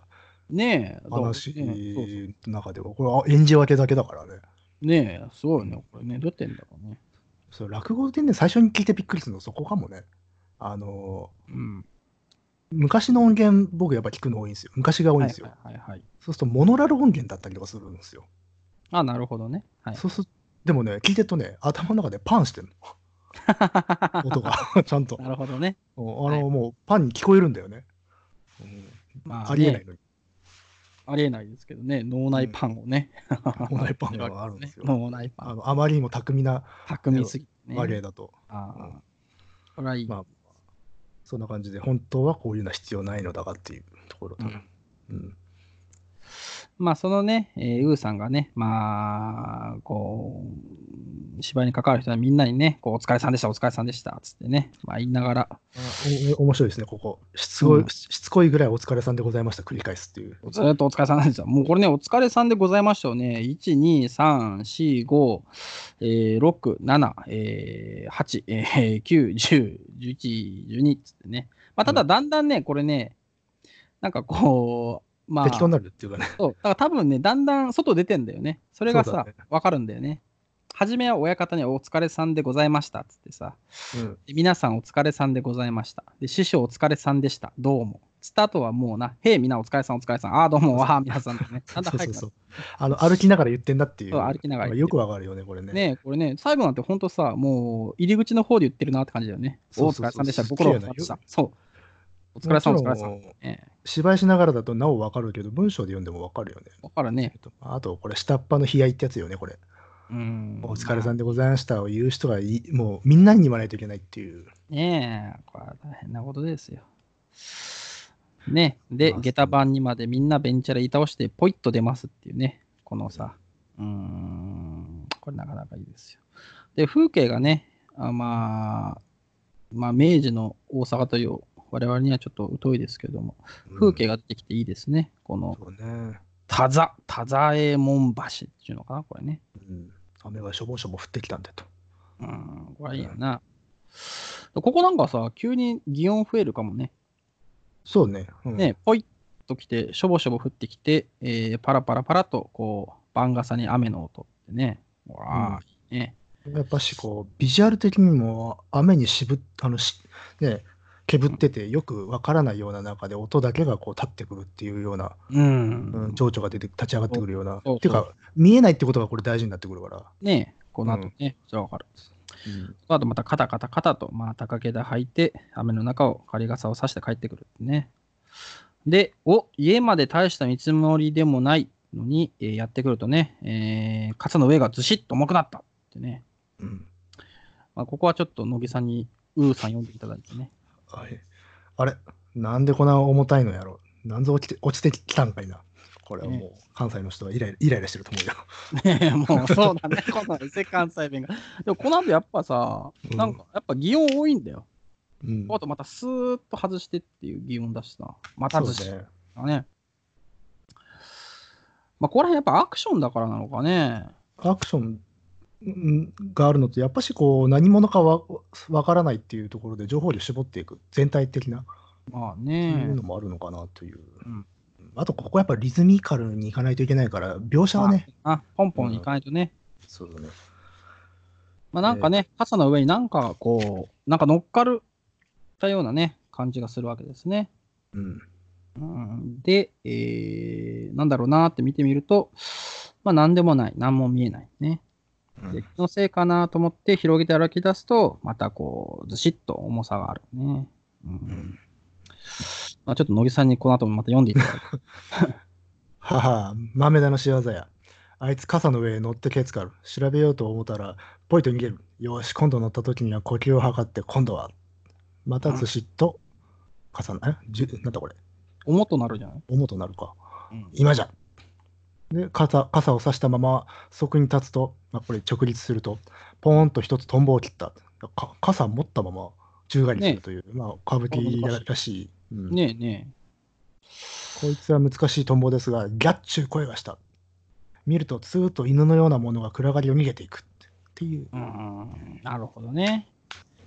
ねえ、 話ねそうそうの中では、これ演じ分けだけだからね。 ねえ、すごいね、これね。どうやってんだろうね。 そう落語でね、最初に聞いてびっくりするのそこかもね。あのうん。 昔の音源、僕やっぱ聞くの多いんですよ。昔が多いんですよ。 はいはいはいはい。 そうすると、モノラル音源だったりとかするんですよ。 あ、なるほどね。はい。 そうするでもね、聞いてるとね、頭の中でパンしてるの。音が、ちゃんと。 なるほどね。 あはい。 の、もうパンに聞こえるんだよね。うん、 まあね、 ありえないのに。 ありえないですけどね、脳内うん、 パンをね。 脳内パンしてるわけがあですね。 るんですよ。 脳内パン。 あのあまりにも巧みな、ね、 巧みすぎてね。 バレエだと。うん、 ああ、これはいい。 まあ、そんな感じで、本当はこういうのは必要ないのだがっていうところと。 うん。 うん、 まあ、そのね、えーウーさんがね、まあ、こう、芝居に関わる人はみんなにね、こうお疲れさんでした、お疲れさんでした、つってね、まあ言いながら、 あお面白いですね、ここ。しつこい、 うん、 しつこいぐらいお疲れさんでございました、繰り返すっていう。 ずーっとお疲れさんでした。もうこれね、お疲れさんでございましたよね。いち、に、さん、よん、ご、えー、ろく、なな、えー、はち、えー、きゅう、じゅう、じゅういち、じゅうにつってね。まあ、ただうん、 だんだんね、これね、なんかこう、まあ、 適当になるっていうかね。 そう、だから多分ね、だんだん外出てんだよね。それがさ、 そうだね。 わかるんだよね。初めは親方にお疲れさんでございましたっつってさ、 うん。 で皆さんお疲れさんでございました。で、師匠お疲れさんでした。どうも。つった後はもうな、へい、みんなお疲れさんお疲れさん。ああ、どうも、ああ、皆さんってね。だんだん早くなる。 そうそうそう。あの、歩きながら言ってんだっていそう、 う歩きながらのがよ言ってる。 くわかるよね、これね。 ねえ、これね、最後なんてほんとさ、もう入り口の方で言ってるなって感じだよね。お疲そうそうそう。 れさんでした。 すっご苦げえな。よ労様でした。そう。お疲れさん、おもちろ疲れさん。 ん、 ね芝居しながらだとなおわかるけど、文章で読んでもわかるよね。 だからね、 えっと、あと、これ、下っ端の悲哀ってやつよね、これ。 うーん、 お疲れまあ、 さんでございましたを言う人がいもうみんなに言わないといけないっていう。 ねえ、これは大変なことですよ。ね。で、 まあ、 下駄そんな。 版にまでみんなベンチャーで板押して、ポイッと出ますっていうね。このうん、 さ、うーん、これなかなかいいですよ。で、風景がね、あまあ、まあ、明治の大阪という我々にはちょっと疎いですけども、風景が出てきていいですね。この、 そうね。 田座、田座右衛門橋っていうのかな、これね。 うん。雨がしょぼしょぼ降ってきたんだと。 うん、これいいうん、 よな。ここなんかさ、急に擬音増えるかもね。 そうね。うん。 ね、ポイッと来て、しょぼしょぼ降ってきて、えーパラパラパラと、こう、番傘に雨の音ってね。わあ、いいね。 やっぱしこうビジュアル的にも雨にしぶあのし、ね、けぶっててよくわからないような中で音だけがこう立ってくるっていうような、 ううん、 ん。 情緒が出て立ち上がってくるような。 そうそう。 ていうか見えないってことがこれ大事になってくるから。 ね、こうん。 の後ね、それわかる。 うん。 あとまたカタカタカタと、まあ、高毛田履いて、雨の中を仮傘を差して帰ってくるってね。で、お、家まで大した見積もりでもないのに、えーやってくるとね、えー傘の上がずしっと重くなったってね。 うん。 まあ、ここはちょっと乃木さんに、うーさん読んでいただいてね。 あれ、あれなんでこんな重たいのやろ。なんぞ落ちて落ちてきたんかいな。これはもう関西の人はイライライライラしてると思うよ。 ねえ、もうそうだね、このエセ関西弁が。でもこの後やっぱさ、 うんなんかやっぱ擬音多いんだよ。 うん。 あとまたスーッと外してっていう擬音だしさ、またずし。 そうね。 ね。まあ、これやっぱアクションだからなのかね。 アクションうんがあるのと、やっぱしこう何者かわわからないっていうところで情報量絞っていく、全体的な、 まあっていうね。 のもあるのかなという。 うん。 あと、ここやっぱリズミカルにいかないといけないから、描写はまね、 あ、あ、ポンポンいうん、 かないとね。 そうだね。 まあなんかね、傘の上になんかこう、なんか乗っかるたようなね、感じがするわけですね。 うん。 うん、で、えー、なんだろうなーって見てみると、まあなんでもない、なんも見えないね。で、気のせいかなと思って広げて歩き出すと、またこう、ずしっと重さがあるね。うん。 うん、 まあ、ちょっと乃木さんにこの後もまた読んでいただいて。 はは、豆田の仕業や。あいつ傘の上へ乗ってケツかる。調べようと思ったら、ポイと逃げる。よし、今度乗った時には呼吸を測って、今度は、またずしっと、傘の、えじゅなんだこれ。 重となるじゃない。 重となるか。 うん。 今じゃ。で傘、傘を差したまま側に立つと、まあ、これ直立すると、ポーンと一つトンボを切った。か傘持ったまま宙返りするという、まあ、歌舞伎ららしい。うん、 ねえねこいつは難しいトンボですが、ギャッチュー声がした。見ると、ツーッと犬のようなものが暗がりを逃げていくっていう。 え。うん。なるほどね。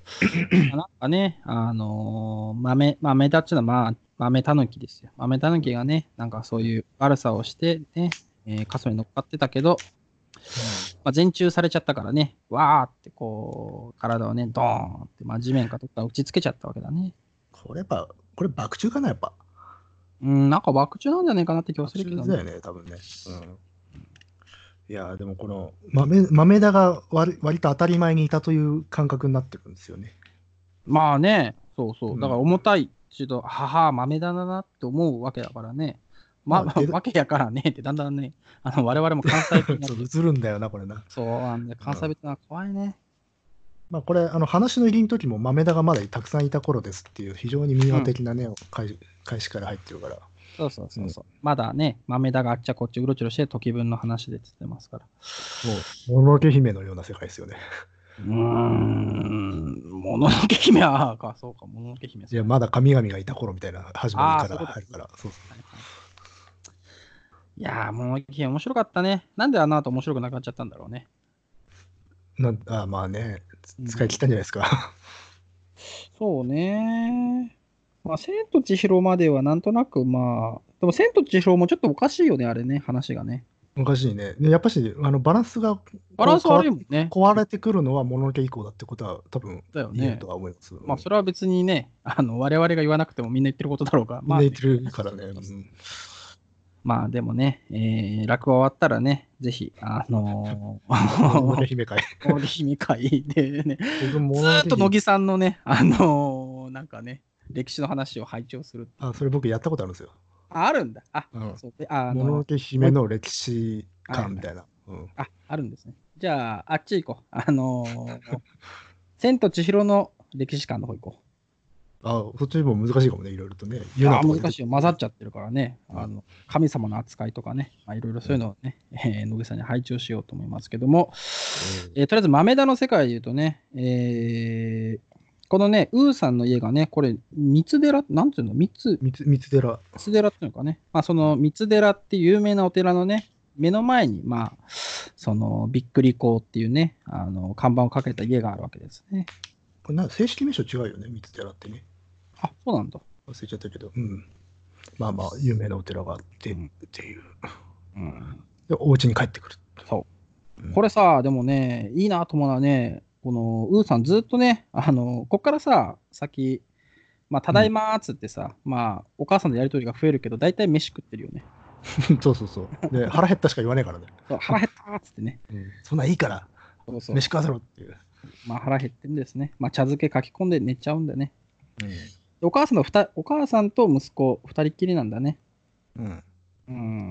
なんかね、あのー豆、豆だっちゅうのは、まあ、豆たぬきですよ。豆たぬきがね、なんかそういう悪さをしてね、えー、過疎に乗っかってたけど、まあ、前中されちゃったからね、わーってこう、体をね、ドーンって、まあ、地面かどっか打ちつけちゃったわけだね。 これやっぱ、これ爆中かな、やっぱ。 うん、なんか爆中なんじゃないかなって気はす爆るけどね。 中だよね、多分ね。うん。いやー、でもこの豆、豆田が割割と当たり前にいたという感覚になってるんですよね。 まあね、そうそう。だからうん。 重たい、ちょっと、母、豆だなって思うわけだからね。まあ、 まあ、で、 わけやからねってだんだんね、あの我々も関西弁になっそう、 てる。 映るんだよな、これな。 そうなんで、 うん。 関西弁ってのは怖いね。 まあ、これ、あの話の入りの時も豆田がまだたくさんいた頃ですっていう非常に民話うん。 的なね、開始開始から入ってるから。 そうそううん。 そうそう。まだね、豆だがあっちゃこっちうろちょろして時分の話でつってますから。 もう、もののけ姫のような世界ですよね。 うーん、もののけ姫は、か、そうか、もののけ姫、 いや、 そうやな。 まだ神々がいた頃みたいな始まりああ、 かそういうことか。 ら入るから。そうそはいはい、いやー、もののけ姫面白かったね。なんであの後面白くなくなっちゃったんだろうね。 う。なんあまあね、 うん、 使い切ったんじゃないですか。 そうね。まあ、千と千尋まではなんとなく、まあ、でも千と千尋もちょっとおかしいよね、あれね、話がね。 おかしいね。でやっぱし、あのバランスがバランスこう変わっ悪いもんね。 壊れてくるのはもののけ以降だってことは多分だよね。 言えるとは思います。うまあ、 ん、 それは別にね、あの、我々が言わなくてもみんな言ってることだろうが、まあね、 みんな言ってるからね。うん、 まあでもね、えー、落語終わったらね、ぜひ、あのもののけー、 姫会。 もののけ姫会でね、 僕、 ずもののけ姫、 ーっと乃木さんのね、あのー、なんかね、歴史の話を拝聴するっていうあ、そね。 れ僕やったことあるんですよ。 あ、あるんだ。あ、 うん。 そうで、あ、あの、 もののけもう一姫の歴史個。はいはい。 観みたいな。うん。 あ、あるんですね。じゃあ、あっち行こう。あのー、千と千尋の歴史館の方行こう。 あ、そっちも難しいかもね、いろいろとね。ユナああ、 とか出てく難しいよ。混ざっちゃってるからね。 る。うん。 あの、神様の扱いとかね。まあ、いろいろうん。 そういうのをね、えー、野口さんに配置をしようと思いますけども、 うんえーとりあえず豆田の世界で言うとね、えーこのね、ウーさんの家がね、これ、三つ寺、なんていうの三つ、 三つ、三つ寺。 三つ寺っていうのかね。まあ、そのうん。 三つ寺っていう有名なお寺のね、目の前に、まあ、その、びっくり校っていうね、あの、看板をかけた家があるわけですね。 これな、正式名称違うよね、三つ寺ってね。 あ、そうなんだ。 忘れちゃったけど。うん。まあまあ、有名なお寺があってっうん。 ていう。 うん。 で、お家に帰ってくる。 そう。 うん。 これさ、でもね、いいなと思うのはね、このウーさんずっとね、あの、こっからさ、先、まあ、たうん。 だいまーっつってさ、まあ、お母さんのやりとりが増えるけど、大体飯食ってるよね。 そうそうそう。で、腹減ったしか言わないからね。 そう腹減ったーっつってね。 うん。そんなんいいから、 そうそう。 飯食わせろっていう。 まあ、腹減ってんですね。まあ、茶漬け書き込んで寝ちゃうんだね。 うん。 でお母さんのふた、お母さんと息子、二人っきりなんだね。 うん。 うん、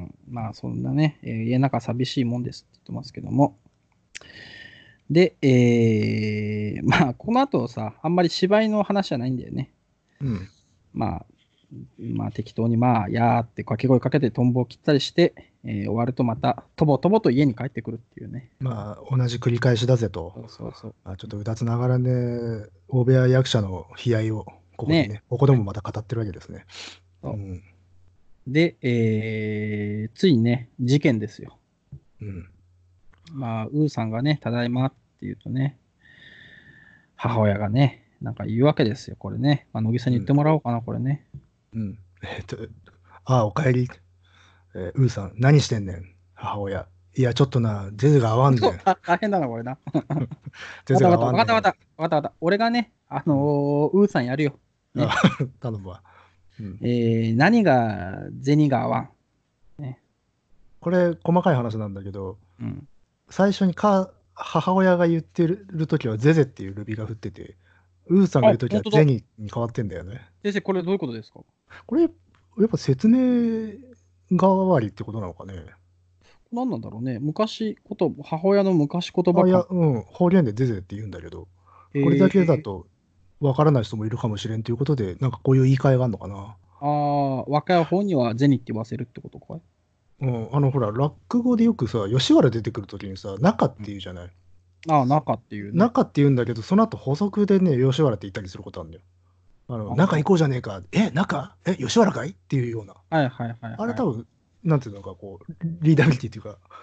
まあ、そんなね、えー家の中寂しいもんですって言ってますけども。で、えー、まあ、この後さ、あんまり芝居の話じゃないんだよね。 うん。 まあ、まあ適当にまあ、やーって掛け声かけてトンボを切ったりして、えー終わるとまた、とぼとぼと家に帰ってくるっていうね。 まあ、同じ繰り返しだぜと。 そうそうそう。 まあ、ちょっとうだつながらね、大部屋役者の悲哀を、ここでねね、ここでもまた語ってるわけですね。うそん。 うで、えーついにね、事件ですよ。 うん。 まあ、ウーさんがね、ただいまって言うとね、母親がね、なんか言うわけですよ、これね。まあ、乃木さんに言ってうん。 もらおうかな、これね。 うん。えっと、ああ、おかえり。えーうーさん、何してんねん、母親。いや、ちょっとな、ゼゼが合わんねん。 あ大変だな、これな。 ゼゼがわかったわかった、 合わんねん。 わかったわかった、わかったわかった。俺がね、あのうん。 ーウーさんやるよ。 あ、 ね。 頼むわ。うん。 えー何が銭が合わん。ね。 これ、細かい話なんだけど、 うん。 最初にか母親が言ってる時はゼゼっていうルビが降ってて、ウーさんがあ、 言う時本当だ。 はゼニに変わってんだよね。 先生、これどういうことですか？ これ、やっぱ説明代わりってことなのかね。 何なんだろうね。昔こと、母親の昔言葉あ、いや、 か。 うん、方言でゼゼって言うんだけど、 えこれだけだー、 とわからない人もいるかもしれんということで、なんかこういう言い換えがあるのかな。 ああ、若い方には銭って言わせるってことかい？ うん、あの、ほら、落語でよくさ、吉原出てくるときにさ、中ってうん。 言うじゃない。 ああ、中っていうね。 中って言うんだけど、その後補足でね、吉原って言ったりすることあるんだよ。あの、 あ、 中行そう。 こうじゃねえか。え、中え、吉原かいっていうような。 はいはいはいはい。 あれ多分、なんていうのか、こう、リーダビリティっていうか、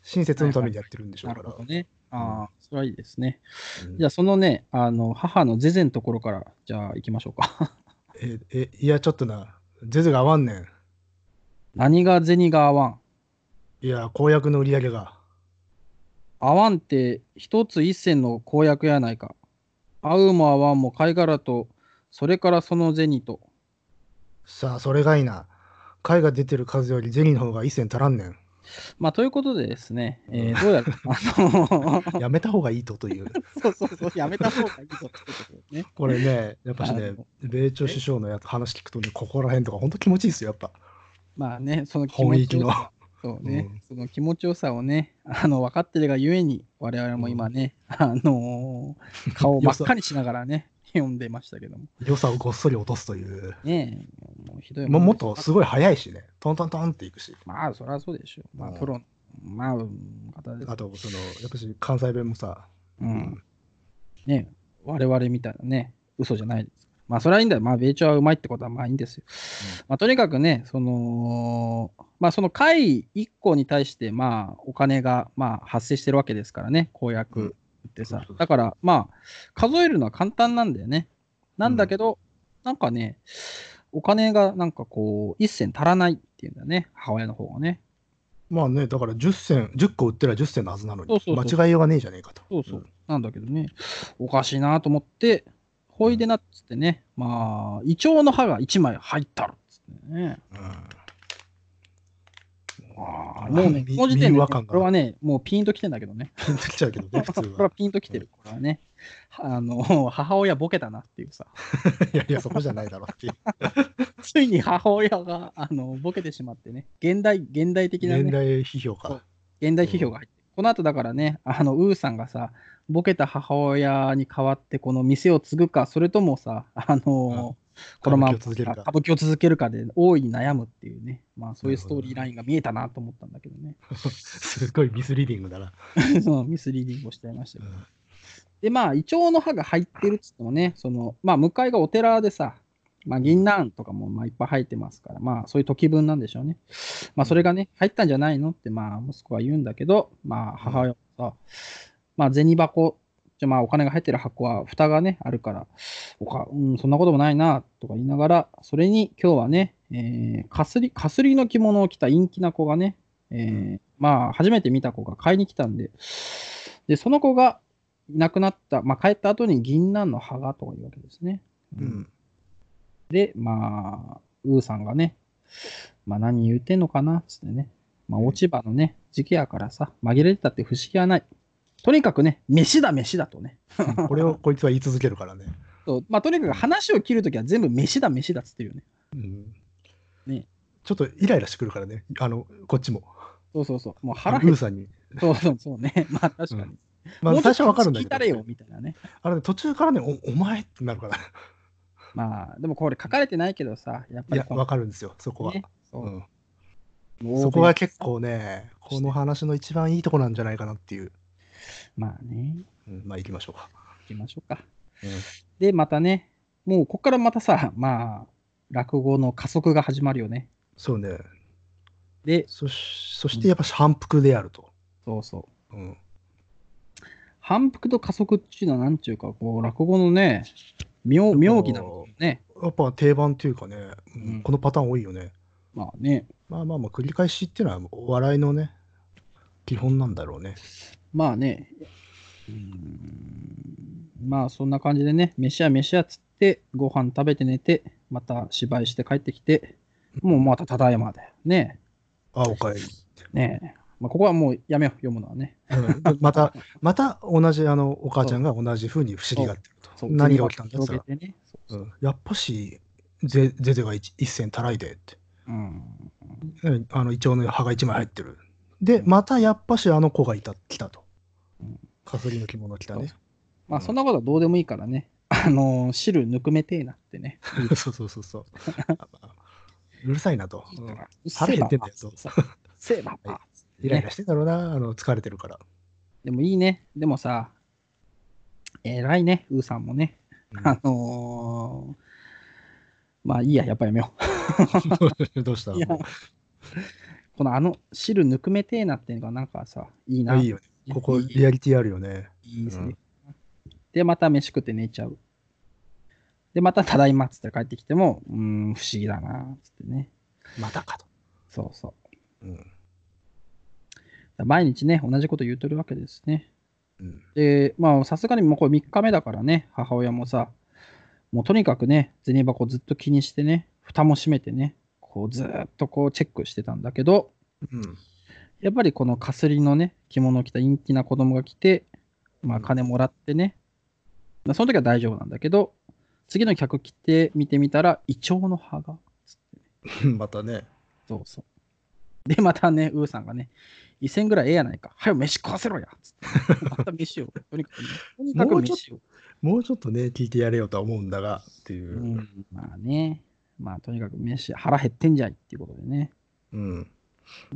親切のためにやってるんでしょうから。 なるほどね。ああ、 うん、 それはいいですね。 うんじゃあ、そのね、あの、母のゼゼのところから、じゃあ行きましょうか。 え、え、いや、ちょっとな、全然合わんねん。 何が銭が合わん。 いや、公約の売り上げが。 合わんって一つ一銭の公約やないか。合うも合わんも貝殻と、それからその銭と。 さあ、それがいいな。貝が出てる数より銭の方が一銭足らんねん。 まあ、ということでですね、 うん、 えーどうやら、あのやめた方がいいとという。 そうそうそう、やめた方がいいぞってことですね。 これね、やっぱしね、 あの米朝首え相のやつ話聞くとね、ここら辺とか本当気持ちいいですよ、やっぱ。 まあね、その気本域の。 持ちよさ、そうね、 うん。 その気持ちよさをね、あの分かってるがゆえに、我々 うん、 も今ね、あのー顔を真良さ、 っ赤にしながらね、読んでましたけども。 良さをごっそり落とすという。 ねえ、もうひどいも、もっもんです。 とすごい早いしね。トントントンっていくし。 まあ、そりゃそうでしょう。まあ、プうん。 ロの、まあ、うん方です。 あと、その、やっぱし関西弁もさ、 うん。 うん。 ね、我々みたいなね、嘘じゃないです。まあ、それはいいんだよ。まあ、米朝はうまいってことはまあいいんですよ。 うん。 まあ、とにかくね、その、まあ、その会いっこに対して、まあ、お金が、まあ、発生してるわけですからね、公うん。 約ってさ。 そうそうそだから、まあ、数えるのは簡単なんだよね。なう。うん。 んだけど、なんかね、お金がなんかこう、一銭足らないっていうんだよね、母親の方がね。 まあね、だからじゅっ銭、じゅっこ売ってりゃじゅっ銭のはずなのに、 そうそうそう。 間違いようがねえじゃねえかと。 そうそう。 うん。 なんだけどね、おかしいなと思って、ほうん。 いでなっつってね、まあ、イチョウの刃がいちまい入ったっつってね。 うん。 ああ、 あもうね、 み、 この時点でね、 民話感がこれはね、もうピンときてんだけどね。 ピンときちゃうけどね、普通これは。 はピンときうん。 てる。これはね。あの、母親ボケたなっていうさ。 いやいや、そこじゃないだろうっていう。 ついに母親が、あの、ボケてしまってね。現代、現代的なね、 現代批評そうか。 現代うん。 批評が入ってる。この後だからね、あの、ウーさんがさ、ボケた母親に代わってこの店を継ぐか、それともさ、ああ、 のこの歌舞伎をままあ続けるか。 歌舞伎を続けるかで大いに悩むっていうね、まあそうないうるほどね。 ストーリーラインが見えたなと思ったんだけどね。 すごいミスリーディングだな。 そのミスリーディングをしちゃいましたけど。 うん。 で、まあ、イチョウの葉が入ってるっつってもね、その、まあ、向かいがお寺でさ、まあ、銀うん。 杏とかもまあいっぱい入ってますから、まあ、そういう時分なんでしょうね。まあ、 うん。 それがね、入ったんじゃないのって、まあ、息子は言うんだけど、まあ、 うん。 母親はさ、まあ、銭箱、じゃあまあ、お金が入ってる箱は、蓋がね、あるから、おか、うん、そんなこともないな、とか言いながら、それに今日はね、えー、かすり、かすりの着物を着た陰気な子がね、 うん。 えー、まあ、初めて見た子が買いに来たんで、で、その子がいなくなった、まあ、帰った後に銀杏の葉がとかいうわけですね。うん、 うん。 で、まあ、ウーさんがね、まあ、何言うてんのかなっつってね、まあ、落ち葉のね、時期やからさ、紛れてたって不思議はない。とにかくね、飯だ、飯だとね。 うん。これをこいつは言い続けるからね。 そうまあ、とにかくうん。 話を切るときは全部飯だ、飯だっつってるよね。 うん。 ね。 ちょっとイライラしてくるからね。あの、こっちも。 そうそうそう。もうあの、 腹減って。 ウーさんに。 そうそうそうね。まあ確うん。 かに。 まあ、 もうちょっと最初はわか話るんだけど、 聞いたれよ、みたいなね。 あれね、途中からね、お、お前ってなるから。 まあ、でもこれ書かれてないけどさ、やっいや、 ぱりこのわかるんですよ、そこは。 ね、そうん。 う、 そ欧米こが結構ね、この話の一番いいとこなんじゃないかなっていう。 まあね、 うん、まあ、行きましょうか。 行きましょうか。 うん。 で、またね、もうここからまたさ、まあ、落語の加速が始まるよね。 そうね。 で、 そし、そしうん、 てやっぱ反復であると。 そうそう。 うん。 反復と加速っていうのは、なんちゅうか、こう、落語のね、妙、 やっぱ、 妙義なのね。 やっぱ定番っていうかね、うん、 うん。 このパターン多いよね。 まあね、 まあまあまあ、繰り返しっていうのはお笑いのね、基本なんだろうね。 まあね、うーん、まあそんな感じでね、飯や飯やっつって、ご飯食べて寝て、また芝居して帰ってきて、もうまたただいまだよね。 あ、おかえり。 ねえ。まあ、ここはもうやめよう、読むのはね。 うん、でまた、また同じあのお母ちゃんそう、 が同じふうに不思議そう、 がってると。 そう、銭箱何が起きたんだって言った広げてね。そうら、 そうん、やっぱし、ゼゼゼが一一銭たらいでって。 う。うん。 うん、あの、イチョウの葉が一枚入ってる。で、 うん。 またやっぱしあの子がいた、来たと。 うん、 かすりの着物着たね。 そうそう。まあそんうん。 なことはどうでもいいからね。あのー汁ぬくめてえなってね。言うそうそうそうそう。あまあうるさいなと。うん、 いいから、うっ腹せえばばっ減ってんだよと。 つってさ、うっせえばはい。 ばっつってね。 イライラしてんだろうな、あの、疲れてるから。 でもいいね。でもさ、偉いね、ウーさんもね。 うん。 あのーまあいいや、やっぱやめよう。 どうしたいや、 もこのあの汁ぬくめてえなっていうのがなんかさ、いいな。 いいよね。ここ、リアリティあるよね。 いいですね。うん、で、また飯食って寝ちゃう。で、またただいまっつって帰ってきても、うーん、不思議だな、つってね。 またかと。 そうそう。 うん。 毎日ね、同じこと言うとるわけですね。 うん、 で、まあ、さすがにもうこれみっかめだからね、母親もさ、もうとにかくね、銭箱ずっと気にしてね、蓋も閉めてね、こうずっとこうチェックしてたんだけど、 うん、 やっぱりこのかすりのね、着物を着た陰気な子供が来て、まあ金もらってね、まあその時は大丈夫なんだけど、次の客来て見てみたら、イチョウの葉が。 またね。 そうそう。で、またね、ウーさんがね、いっせんぐらいええやないか。はよ、飯食わせろやつって。また飯を。とにかくね、とにかく飯を。 もうちょっとね、聞いてやれよとは思うんだが、っていう。 うん、まあね。まあ、とにかく飯、腹減ってんじゃいっていうことでね。 うん。 うん。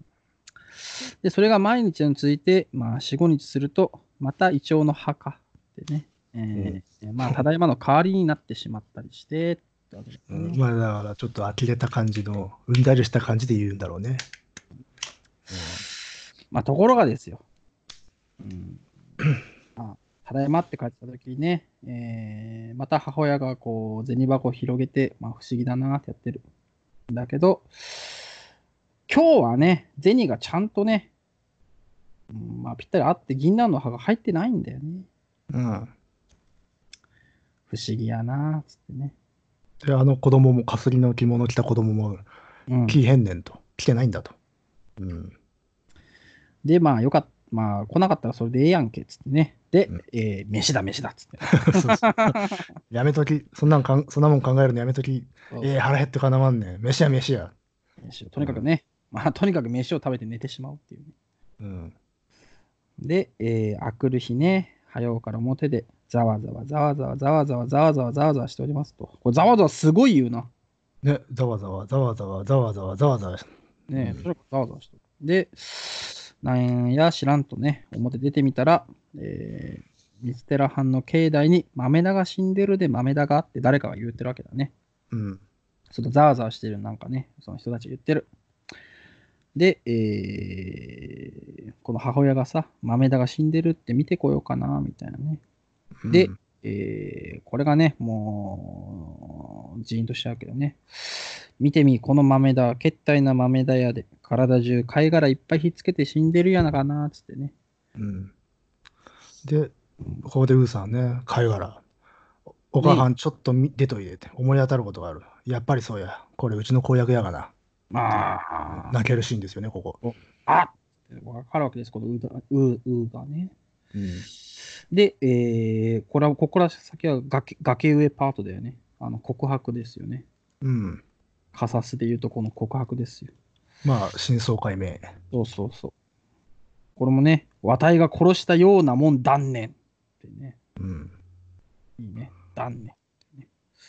で、それが毎日に続いて、まあ、よん、ごにちすると、またイチョウの葉かってね。えー、うん、まあ、ただいまの代わりになってしまったりして、ね、 うん、まあ、だからちょっと呆れた感じの、うんだりした感じで言うんだろうね。うん、 まあ、ところがですよ。うん。まあ、ただいまって帰った時にね、えー、また母親がこう、銭箱を広げて、まあ、不思議だなってやってる。だけど、今日はね、銭がちゃんとね、うん、まあ、ぴったりあって、銀杏の葉が入ってないんだよね。 うん。 不思議やな、つってね。 で、あの子供も、かすりの着物着た子供も、 うん、 来へんねんと。来てないんだと。うん。 で、まあ、よかった。まあ、来なかったらそれでええやんけ、つってね。で、 うん、 えー、飯だ、飯だ、つって。 そうそう。やめとき、そんなんかん、そんなもん考えるのやめとき。 そうそうえー、腹減ってかなわんねん。飯や飯や。 飯をとにかくね、うん、まあ、とにかく飯を食べて寝てしまうっていうね。 うん。 で、えー、あくる日ね、早うから表で、ざわざわざわざわざわざわざわざわざわざわしておりますと。これざわざわすごい言うな。 ね、ざわざわ、ざわざわ、ざわざわ、ざわざわ。 ねえ、 うん、 とにかくざわざわしてる。で、なんや知らんとね、表出てみたら、えー、三つ寺藩の境内に豆田が死んでるで豆田があって誰かが言ってるわけだね。 うん。 ちょっとざわざわしてるなんかね、その人たちが言ってる。で、えー、この母親がさ、豆田が死んでるって見てこようかな、みたいなね。で、うん、えー、これがね、もう、ジーンとしちゃうけどね。見てみ、この豆田、けったいな豆田やで、体中貝殻いっぱいひっつけて死んでるやなかな、つってね。 うん。で、ここでウーさんね、貝殻。お母さん、ちょっとみ出といでって思い当たることがある。やっぱりそうや。これ、うちの公約やがな。 まあ、 泣けるシーンですよね、ここ。 あっわかるわけです、このウーがウーウーがね。 うん、 で、えー、これは、ここから先は崖崖上パートだよね。あの告白ですよね。 うん。 カサスで言うとこの告白ですよ。 まあ、真相解明。 そうそうそう。これもね、わたいが殺したようなもん断念ってね。 うん。 いいね。断念、ね。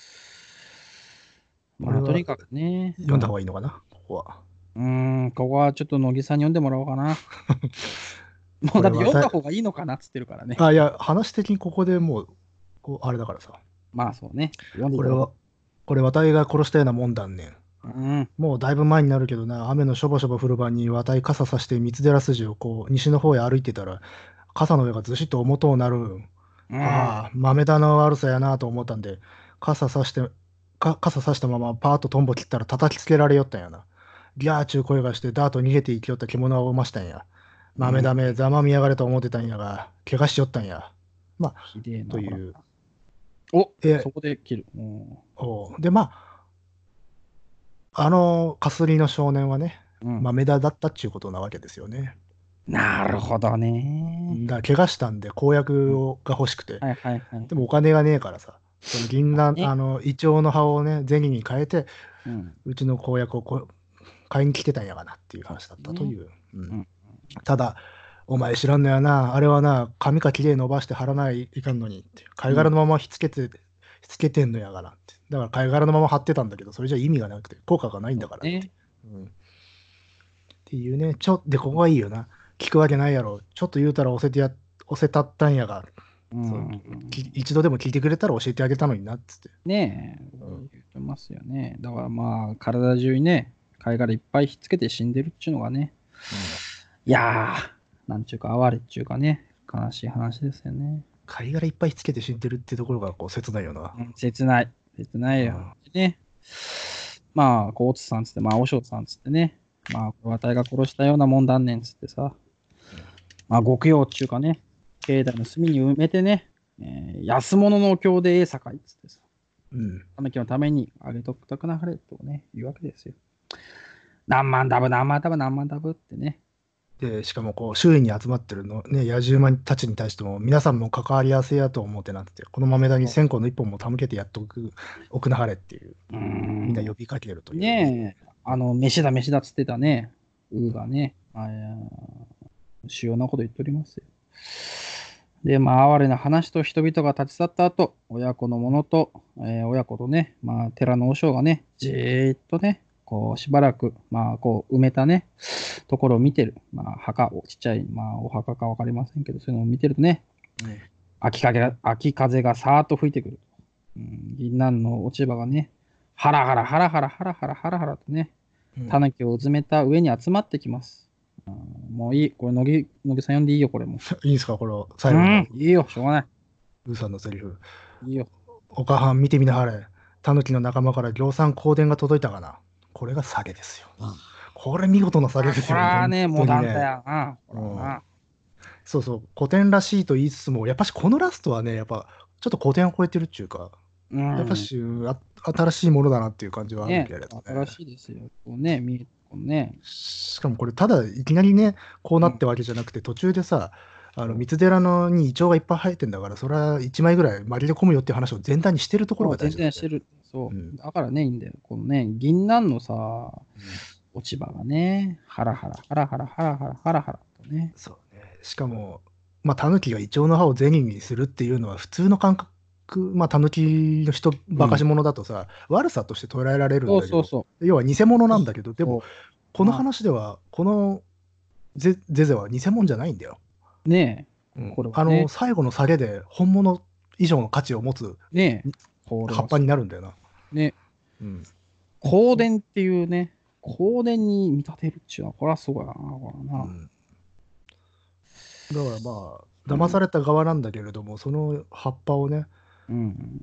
これは、 まあ、とにかくね。 読んだ方がいいのかな、ここは。 うーん、ここはちょっと乃木さんに読んでもらおうかな。もうだって読んだ方がいいのかなっつってるからね。 あ、いや、話的にここでもう、こうあれだからさ。 まあそうね。読んでいこれは、 ただここれ、わたいが殺したようなもんだんねん。 う。うん。 もうだいぶ前になるけどな、雨のしょぼしょぼ降る晩にわたい傘さして三寺筋をこう西の方へ歩いてたら、傘の上がずしっと重とうなる。 うん、 ああ、豆だの悪さやなと思ったんで、傘さして、か傘さしたままパーッとトンボ切ったら叩きつけられよったんやな。ギャーちゅう声がしてダート逃げていきよった獣をおましたんや。豆だめ、ざまみやがれと思ってたんやが、怪我しよったんや。まあ、 ひでえな。 という。 おえそこで切る。おで、まあ、あの、かすりの少年はね、 うん、 豆田だったっちゅうことなわけですよね。 なるほどね。 だから怪我したんで公約をが欲しくて、 はいはいはい。 でもお金がねえからさ、その銀杏、 ねあの、イチョウの葉をね、銭に変えて、 うん、 うちの公約をこ買いに来てたんやがなっていう話だったという。うんうんただ、お前知らんのやな、あれはな、髪かきれい伸ばして貼らないいかんのにって、貝殻のままひっつけて、ひっつけてんのやがなって。だから貝殻のまま貼ってたんだけど、それじゃ意味がなくて、効果がないんだからって。 ねうん、っていうね、ちょ、で、ここがいいよな。聞くわけないやろ。ちょっと言うたら押せてや、押せたったんやが。 うんそうき一度でも聞いてくれたら教えてあげたのになっつって。 ねえ、 うん言ってますよね。だからまあ、体中にね、 貝殻いっぱいひっつけて死んでるっちゅうのがね、いやー、なんちゅうか、哀れっちゅうかね、悲しい話ですよね。 貝殻いっぱいつけて死んでるってところがこう切ないよな。 うん、切ない。切ないよ。 うんね。まあ、こう、大津さんつって、まあ、おしょうさんつってね、まあ、これは大が殺したようなもんだんねんつってさ、まあ、極用っちゅうかね、境内の隅に埋めてね、えー安物のお経でええさかいっつってさ、 うん。 たぬきのためにあげとくたくなはれとね、言うわけですよ。何万ダブ、何万ダブ、何万ダブってね。 で、しかもこう周囲に集まってるの、ね、野獣馬たちに対しても皆さんも関わりやすいやと思ってなってて、この豆田に線香の一本も手向けてやっておく、おくなはれっていう、 うーみんな呼ん。 びかけるという。 ねえ、あの、飯だ飯だっつってたね、ウーがね、あ主要なこと言っておりますよ。で、まあ、哀れな話と人々が立ち去った後、親子の者と、えー親子とね、まあ、寺の和尚がね、じーっとね、こう、しばらく、まあ、こう、埋めたね、ところを見てる。まあ、墓、おちっちゃい、まあ、お墓かわかりませんけど、そういうのを見てるとね、 うん秋風が、秋風がさーっと吹いてくる。うん、銀杏の落ち葉がね、ハラハラハラハラハラハラハラハラとね、 うんタヌキをうずめた上に集まってきます。うん、もういい。これ、乃木、乃木さん呼んでいいよ、これも。 いいんすか、このう最後のん、いいよ、しょうがない。 ウーさんのセリフ。 いいよ。 おかはん見てみなはれ。タヌキの仲間から行産香典が届いたかな。これが下げですよ。これ見事な下げですこれよ。本はね、モ当にね。 ダンだよな。これはうん。 な。 そうそう、古典らしいと言いつつも、やっぱしこのラストはね、やっぱちょっと古典を超えてるっていうか、 うん。 やっぱしあ新しいものだなっていう感じはあるね、 けれど新ね。 しいですよ。こうね、見え、こうね。 しかもこれ、ただいきなりね、こううん。 なってわけじゃなくて、途中でさ、あのそう、 三つ寺のにイチョウがいっぱい生えてんだから、それはいちまいぐらいまりで込むよっていう話を全体にしてるところがそう全大事だよね。 然してる。そうん。 う。だからね、いいんだよ。このね、銀杏のさ、 うん落ち葉がね、ハラハラ、ハラハラ、ハラハラ、ハラハラとね。 そうね。しかも、まあ、タヌキがイチョウの葉を銭にするっていうのは、普通の感覚、まあ、タヌキの人うん。 ばかし者だとさ、悪さとして捉えられるんだけど、 そうそうそ要は偽物なう。 んだけど、でも、 そう。 このまあ、 話では、このゼゼゼは偽物じゃないんだよ。 ねえ、 うん、 これはあの、 ね、 最後の下げで本物以上の価値を持つねえ、これ葉っぱはすごい。 になるんだよな。 ね、 うん。 香典っていうね、香典に見立てるっていうのは、これはすごいな、これはな。 うん。だからまあ、 うん。 騙された側なんだけれども、その葉っぱをね、 うん。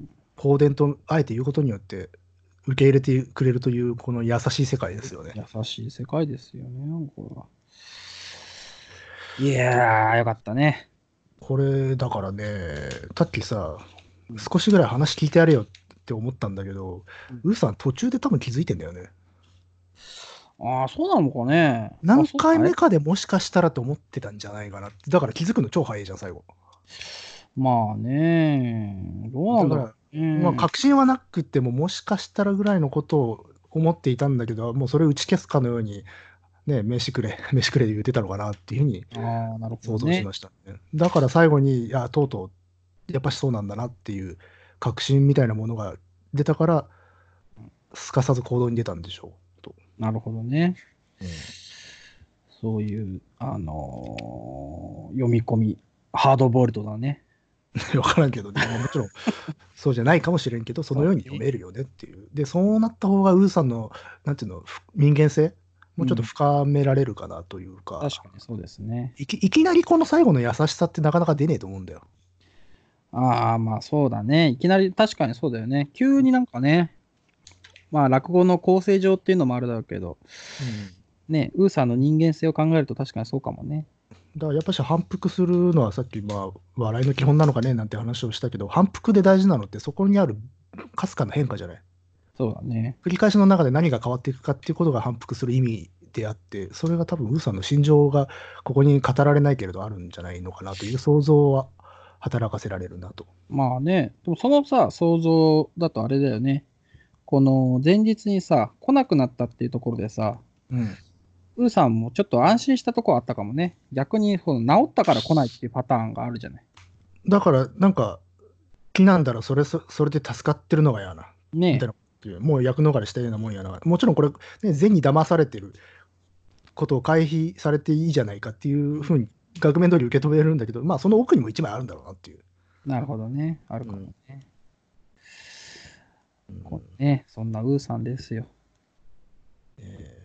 香典とあえて言うことによって受け入れてくれるというこの優しい世界ですよね。 優しい世界ですよね、これは。いやー、よかったね。 これだからね、さっきさ、 うん。 少しぐらい話聞いてやれよって思ったんだけど、 うん、 ウーさん途中で多分気づいてんだよね。 ああ、そうなのかね。あ、 何そうかい。 回目かでもしかしたらと思ってたんじゃないかな。だから気づくの超早いじゃん、最後。 まあね、どうなんだろだから、 うまあね。 確信はなくてももしかしたらぐらいのことを思っていたんだけど、もうそれを打ち消すかのように、ね、飯くれ、飯くれで言ってたのかなっていうふうにああ、なるほど想像しね。 ましたね。だから最後に、いや、とうとう、やっぱしそうなんだなっていう確信みたいなものが出たから、すかさず行動に出たんでしょうと。 なるほどね。 うん、 そういう、あのー読み込み、ハードボイルドだね。 分からんけどね、まあ、もちろんそうじゃないかもしれんけど、そのように読めるよねっていう。で、そうなった方が、ウーさんの、なんていうの、ふ人間性、もうちょっとうん。 深められるかなというか、 確かにそうですね。 いきいきなりこの最後の優しさってなかなか出ねえと思うんだよ。 ああ、まあそうだね。いきなり、確かにそうだよね。急になんかね、まあ落語の構成上っていうのもあるだろうけど、 うん。 ね、ウーさんの人間性を考えると確かにそうかもね。 だからやっぱし反復するのはさっき、まあ、笑いの基本なのかねなんて話をしたけど、反復で大事なのってそこにあるかすかな変化じゃない。 そうだね。 繰り返しの中で何が変わっていくかっていうことが反復する意味であって、それが多分ウーさんの心情がここに語られないけれどあるんじゃないのかなという想像は働かせられるなと。 まあね、でもそのさ、想像だとあれだよね。この前日にさ、来なくなったっていうところでさ、 うん。 ウーさんもちょっと安心したところあったかもね。逆にこの治ったから来ないっていうパターンがあるじゃない。 だからなんか気なんだらそれそそれで助かってるのがやな。みたいねなこと言う。もう役逃れしたようなもんやな。もちろんこれ、ね、善に騙されてることを回避されていいじゃないかっていうふうに額面通り受け止めるんだけど、まあその奥にも一枚あるんだろうなっていう。 え、なるほどね。あるかもうん。 ね。 うんこうね、そんなウーさんですよ。 えー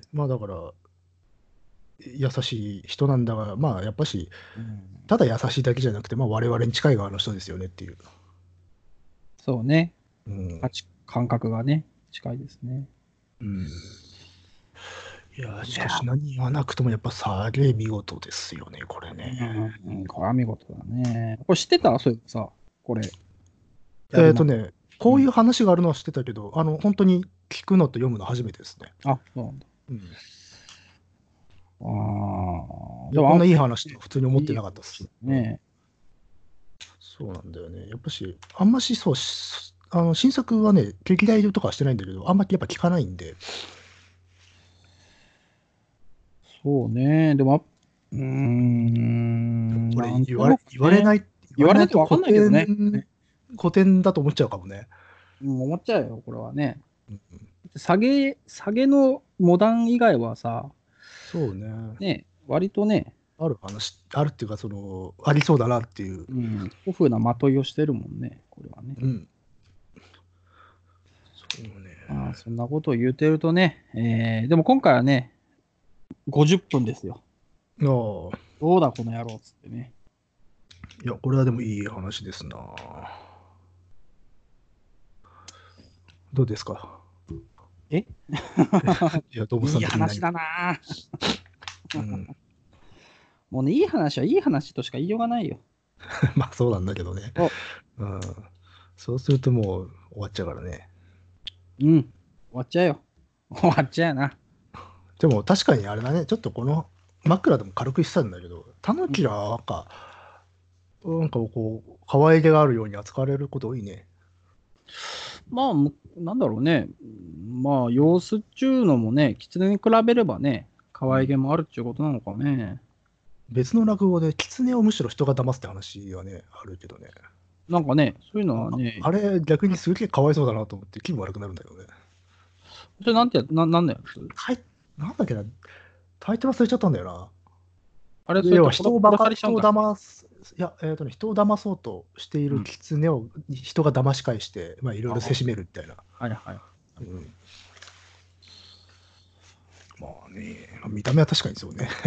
まあだから、優しい人なんだが、まあやっぱし、 うん、 ただ優しいだけじゃなくて、まあ我々に近い側の人ですよねっていう。 そうね。 うん。 価値感覚がね、近いですね。 うん、いや、しいや、 かし何言わなくともやっぱさげ見事ですよね、これね。 うん、これは見事だね。これ知ってたそういえばさ、これ、やるの。 えっとね、こういう話があるのは知ってたけど、あの、本当に聞くのと読むの初めてですね。 あ、そうなんだ。 うん。 ああ、 いや、 でも、あこんないい話とは普通に思っていいなかったです。うん。 ね。 そうなんだよね。やっぱし、あんましそう、しあの、新作はね、劇代とかはしてないんだけど、あんまりやっぱ聞かないんで、 そうね。でも、あうーん、 これなんと言われ、 なくね。 言われない、言われないと言われないと分かん古ないけどね。 典、古典だと思っちゃうかもね。 うん、思っちゃうよ、これはね。 うん下げ、下げのモダン以外はさ、 そうね。 ね、割とね、 ある話、あるっていうか、その、ありそうだなっていう。 うん、古風なまといをしてるもんね、これはね。 うん。そうね。 まあ、そんなことを言うてるとね、えーでも今回はね、ごじゅっぷんですよ。 ああ、 どうだ、この野郎っつってね。 いや、これはでもいい話ですな。どうですか？ えいや、動物さいいん的に何か。 話だな。 うん。 もうね、いい話はいい話としか言いようがないよ。 まあ、そうなんだけどね。 そうん。そうするともう終わっちゃうからね。 う。うん。終わっちゃうよ。終わっちゃうな。 でも確かにあれだね、ちょっとこの枕でも軽くしてたんだけど、タヌキがなんか、なんかこう、可愛げがあるように扱われること多いね。 まあ、むなんだろうね。まあ、様子っちゅうのもね、狐に比べればね、可愛げもあるっちゅうことなのかね。 別の落語で、狐をむしろ人が騙すって話はね、あるけどね。 なんかね、そういうのはあね、 あれ、逆にすげえかわいそうだなと思って気分悪くなるんだよね。 それなんてや、な、なんだやつタイ、なんだっけな、タイトル忘れちゃったんだよな。で、 あれ、それ要はって殺殺さ人をバカ、人をれちゃうんだっけ。 騙す、いや、えっとね、人を騙そうとしているうん。 狐を人が騙し返して、まあ、いろいろせあしめるみたいな。 はいはい。 うん、まあね、見た目は確かにそうね。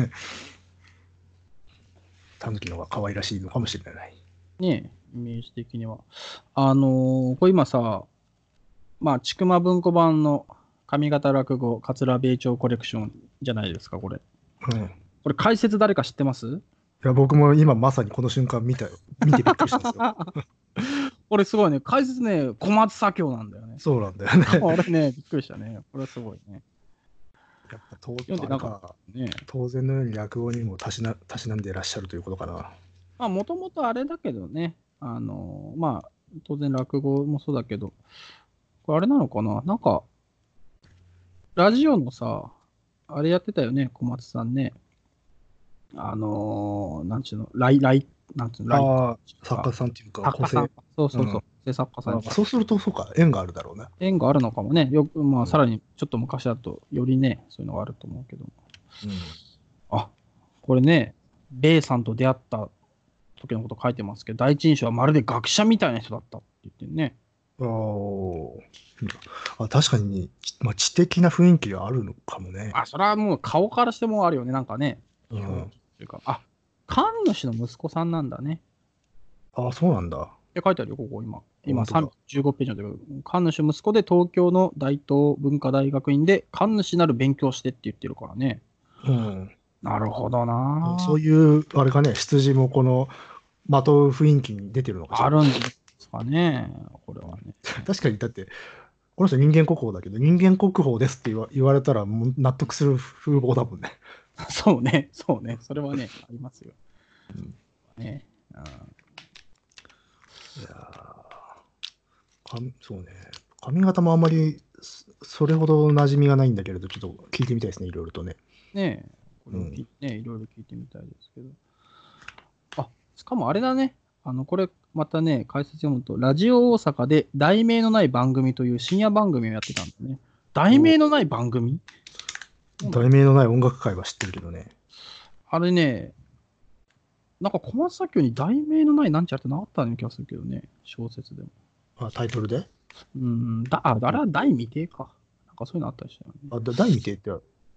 タヌキの方が可愛らしいのかもしれない。 ねえ、イメージ的には。あのーこれ今さ、まあ、ちくま文庫版の上方落語、桂米朝コレクションじゃないですか、これ。 うん。いこれ解説誰か知ってます？ や、僕も今まさにこの瞬間見たよ。見てびっくりしたんですよ。 これすごいね。解説ね、小松左京なんだよね。 そうなんだよね。 これね、びっくりしたね。これはすごいね。 やっぱと、 読んでなんかあれか、 ね、 当然のように落語にもたしな、たしなんでいらっしゃるということかな。 まあ、もともとあれだけどね、あの、まあ、当然落語もそうだけど、これあれなのかななんか、ラジオのさ、あれやってたよね、小松さんね。あのーなんちゅうの、ライ、ライ、なんちゅうの、ライターああ、 っていうか、 作家さんっていうか、個性。 作家さん。そうそうそう、 うん。 制作家さんあやから。 そうすると、そうか、縁があるだろうな。 縁があるのかもね。よく、まあ、 うん。 さらにちょっと昔だと、よりね、そういうのがあると思うけど。 うんあ、これね、ベイさんと出会った時のこと書いてますけど、第一印象はまるで学者みたいな人だったって言ってね。 あーあ、確かに、まあ、知的な雰囲気があるのかもね。 あ、それはもう顔からしてもあるよね、なんかね。 うん表記というか、あ、神主の息子さんなんだね。 ああ、そうなんだ。 って書いてあるよ、ここ今。今本当だ。 さんびゃくじゅうごページのところ神主息子で東京の大東文化大学院で神主なる勉強してって言ってるからね。 うん。 なるほどなそういう、あれかね、出自もこの、まとう雰囲気に出てるのかしあ。あら。 るんですかね、これはね。 確かに、だって、この人人間国宝だけど、人間国宝ですって言わ言われたら、もう納得する風貌だもんね。 そうね、そうね、それはね、ありますよ。 うんね、うんいやーかそうね。髪型もあんまりそそれほど馴染みがないんだけれど、ちょっと聞いてみたいですね、いろいろとね。 ねえ、これを聞いね、いろいろ聞いてみたいですけど。あ、しかもあれだね。あの、これ、またね、解説読むと、ラジオ大阪で題名のない番組という深夜番組をやってたんだね。題名のない番組題名のない音楽会は知ってるけどね。 あれね、なんか小松左京に題名のないなんちゃらってなかったような気がするけどね、小説でも。 あ、タイトルでうん、だ、あ、あれは題未定か。なんかそういうのあったりしたよね。 あ、だ大未定ってある。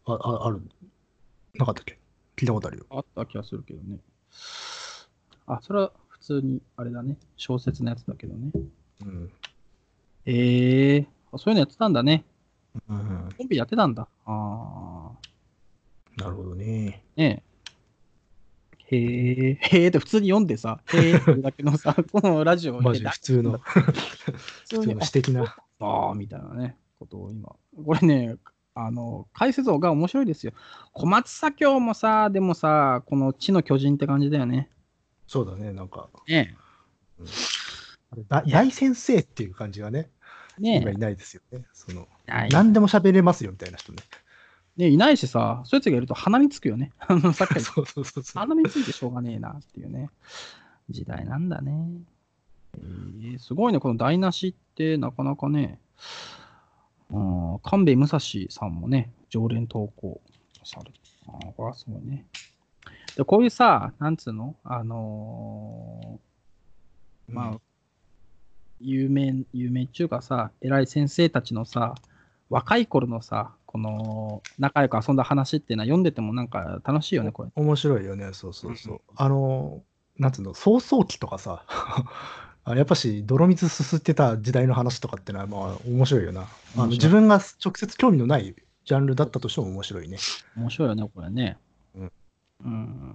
あああるなかったっけ？聞いたことあるよ。 あった気がするけどね。あ、それは普通に、あれだね。小説のやつだけどね。 うん。 ええー、そういうのやってたんだね。 うん、 コンビやってたんだ。あなるほどね。 あ。ねえ。へえ、へえって普通に読んでさ、へえっていうだけのさ、このラジオをマジ普通の、 普通に、 普通のあ、 詩的な。 ああ、みたいなね、ことを今。これね、あの、解説が面白いですよ。小松左京もさ、でもさ、この地の巨人って感じだよね。 そうだね、なんか、 ねうん、あれだえ。いや、 大先生っていう感じがね、今いねないですよね。その、 え。いやいや何でも喋れますよみたいな人ね。 ね、いないしさ、そういうやつがいると鼻につくよね。あの、さっきからそうそうそうそう。 鼻についてしょうがねえなっていうね、時代なんだね。えー、すごいね、この台無しってなかなかね、うん、神戸武蔵さんもね、常連投稿されて、あーこれはすごいね。で、こういうさ、なんつうのあのーまあ、有名、有名っていうかさ、偉い先生たちのさ、若い頃のさ、この仲良く遊んだ話っていうのは読んでてもなんか楽しいよね、これ。 お面白いよね、そうそうそう。 うんあの、なんつうの、草創期とかさ、あやっぱし泥水すすってた時代の話とかってのは、まあ、面白いよな。あの面白い。 自分が直接興味のないジャンルだったとしても面白いね。 面白いよね、これね。 うん、 うん。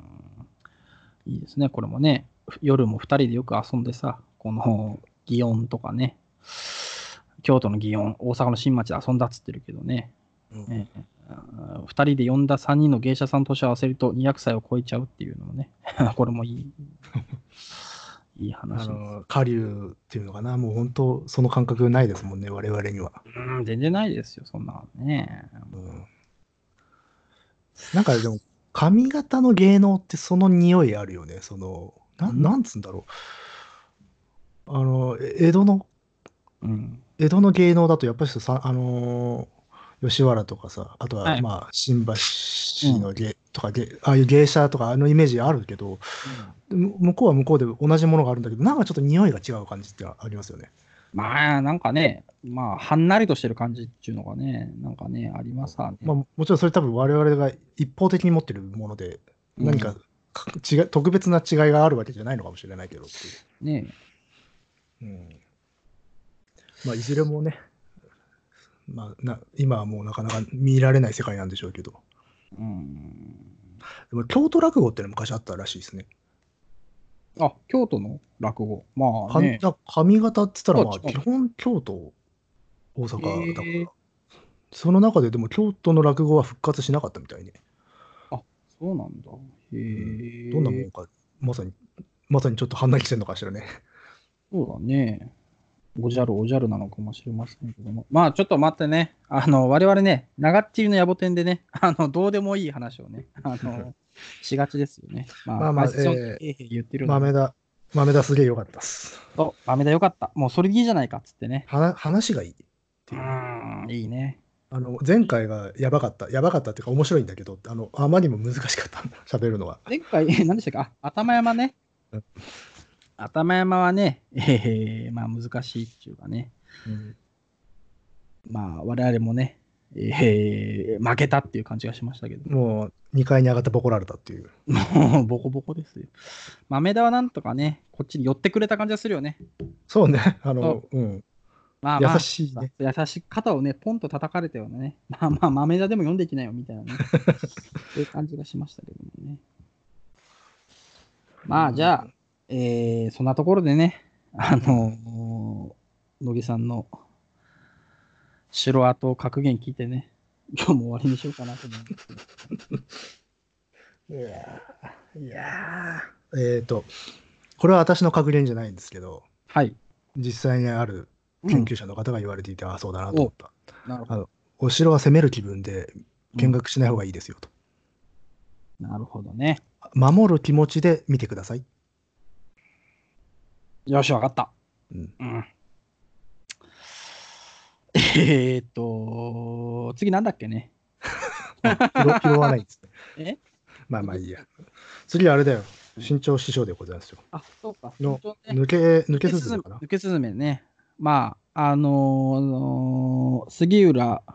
いいですね、これもね。夜も二人でよく遊んでさ、この祇園とかね、京都の祇園、大阪の新町で遊んだっつってるけどね。 うん、 ね二人で呼んだ三人の芸者さんの年を合わせるとにひゃくさいを超えちゃうっていうのもね、これもいい、いいあ話です。 の、下流っていうのかな、もう本当、その感覚ないですもんね、我々には。 うん、全然ないですよ、そんなのね。 うん、なんかでも、髪型の芸能ってその匂いあるよね、その、なうんなんつうんだろう。あの、え江戸のうん。 江戸の芸能だと、やっぱりさ、あのー吉原とかさ、あとは、 はい。 まあ、新橋うん。 の芸とか芸、ああいう芸者とか、あのイメージあるけど、 うん、 む向こうは向こうで同じものがあるんだけど、なんかちょっと匂いが違う感じってありますよね。 まあ、なんかね、まあ、はんなりとしてる感じっていうのがね、なんかね、ありますわまあ、 ね。 もちろんそれ多分我々が一方的に持ってるもので、何かうん。 か違い特別な違いがあるわけじゃないのかもしれないけどっていう。 ねうん、まあ、いずれもね、まあ、な今はもうなかなか見られない世界なんでしょうけど、 うん。 でも京都落語ってのは昔あったらしいですね。 あ、京都の落語。まあかね、 な髪型って言ったら、まあ、 とは違う。 基本京都、大阪だかへえ。 ら、その中ででも京都の落語は復活しなかったみたいね。 あ、そうなんだ。 うん。どんなへえ。 もんか、まさに、まさにちょっと判断してんのかしらね。 そうだね。おじゃるおじゃるなのかもしれませんけども。まあ、ちょっと待ってね。あの、我々ね、長っちりの野暮天でね、あの、どうでもいい話をね、あの、しがちですよね。まあ、 まあまあ、 解説をえへいへい言ってー、 るのも、 豆だ、豆だすげえ良かったっす。 そう、ダメだよかった。もうそれでいいじゃないかっつってね。 はな話がいいっうていうね。 ーん、いいね。 あの、前回がやばかった。やばかったっていうか面白いんだけど、あの、あまりにも難しかった。喋るのは。 前回、何でしたっけあ、頭山ね。頭山はね、えー、まあ難しいっていうかね。 うん、 まあ我々もね、えー、負けたっていう感じがしましたけど。 もう、にかいに上がってボコられたっていう。 もうボコボコですよ。豆田はなんとかね、こっちに寄ってくれた感じがするよね。 そうね。あそうの、うん。優まあまあ、 しいね。 優しい肩をね、ポンと叩かれたようなね。まあまあ、豆田でも読んでいきなよみたいなね。そういう感じがしましたけどもね。まあ、じゃあ、えー、そんなところでね、あのー、乃木さんの城跡格言聞いてね、今日も終わりにしようかなと思いますけど。 いやー、いやーえっと、これは私の格言じゃないんですけど、 はい。 実際にあるうん。 研究者の方が言われていて、ああ、そうだなと思お、 った。 なるほど。 あの、お城は攻める気分でうん。 見学しない方がいいですよと。 なるほどね。 守る気持ちで見てください。 よし、わかった。 うん。 うん。えーっと、次なんだっけね。 あ、拾、拾わないんですね。 えまあまあ次いいや。次はあれだよ。 うん、 新潮師匠でございますよ。 あ、そうか。身の、 長ね。 抜け、抜け抜けスズメ、 スズメかな。 抜けスズメね。まあ、あのー杉浦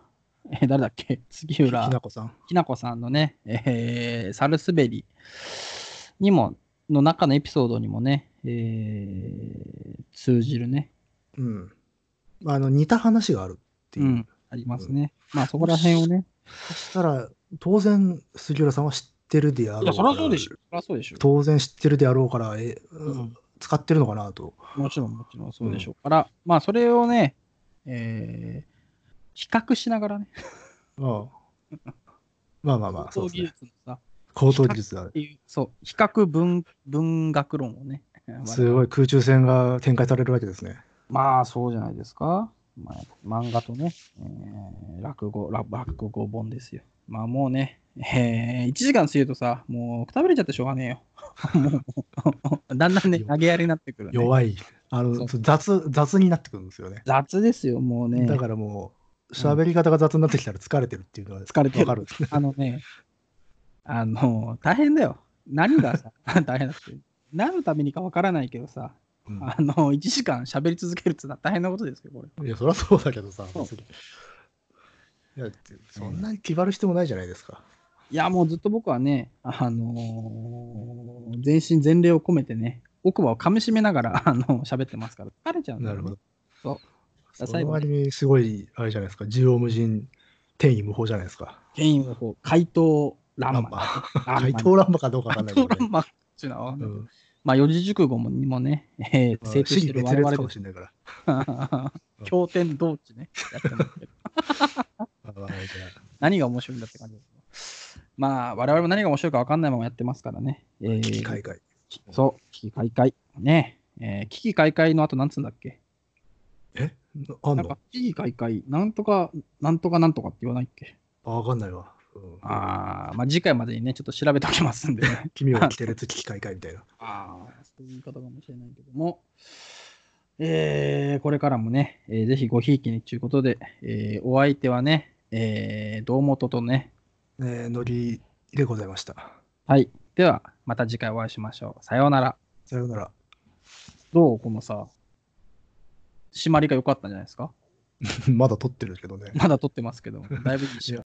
えー誰だっけ杉浦きなこさん。 きなこさんのね、えー、サルスベリにも、の中のエピソードにもね、えー通じるね、 うん。あの、似た話があるっていう。 うん、ありますね。まあそこら辺をね。 そしたら、当然、杉浦さんは知ってるであいや、 ろうから、 そりゃそうでしょ。そりゃそうでしょ。 当然知ってるであろうから、え、 うん使ってるのかなと。 もちろん、もちろんそうでしょうから、まあ、それをね、えー比較しながらね、 ああまあまあまあ、そう高等技ですね。 術のさ、 高等技術だっ。ていう、そう、比較文文学論をね、我々 すごい空中戦が展開されるわけですね。 まあ、そうじゃないですか。まあ、漫画とね、えー落語、落落語本ですよ。まあ、もうね、えー、いちじかん過ぎるとさ、もうくたびれちゃってしょうがねえよ。もう、だんだんね、 よ投げやりになってくるね。 弱い。あの、 そう雑、雑になってくるんですよね。 雑ですよ、もうね。 だからもう、 うん喋り方が雑になってきたら疲れてるっていうのは疲れてる。 わかるんですね。 あのね、あの、大変だよ。何がさ、大変だって。何のためにかわからないけどさ、 うんあの、いちじかん喋り続けるってのは大変なことですよ、これ。 いや、そりゃそうだけどさ、 そう別に。いや、そんなに気張る必要もないじゃないですか。 いや、もうずっと僕はね、あのー全身全霊を込めてね、奥歯を噛み締めながら、あの、喋ってますから、疲れちゃうんだよね。 なるほど。 そう。だからその最後ね、 割にすごい、あれじゃないですか、縦横無尽、天衣無縫じゃないですか。 権威をこう、怪盗乱魔、 ランマ。 乱魔怪盗ランマかどうかわか怪んないけどね。 盗乱魔っていうのはわかんないけど、 うん。 まあ、四字熟語もにもね、えー、 まあ、 精通してる死に滅裂我々です。 かもしれないから。うん経典同地ね、やってますけど。 あまあじゃあ何が面白いんだって感じです。まあ、我々も何が面白いか分かんないままやってますからね。えー危機開会。 そう、危機開会。ね。えー危機開会の後、なんつうんだっけえあんなんかの、 危機開会、なんとか、なんとかなんとかって言わないっけあわかんないわ。うん、 ああ、まあ次回までにね、ちょっと調べておきますんでね。 君はキテレツ危機開会みたいな。 ああ、そういう言い方かもしれないけども、えーこれからもね、えーぜひごひいきにということで、えーお相手はね、えー、堂本とね、 えー、ノリでございました。 はい。では、また次回お会いしましょう。さようなら。 さようなら。 どうこのさ、締まりが良かったんじゃないですかまだ撮ってるけどね。 まだ撮ってますけど、だいぶいい締まり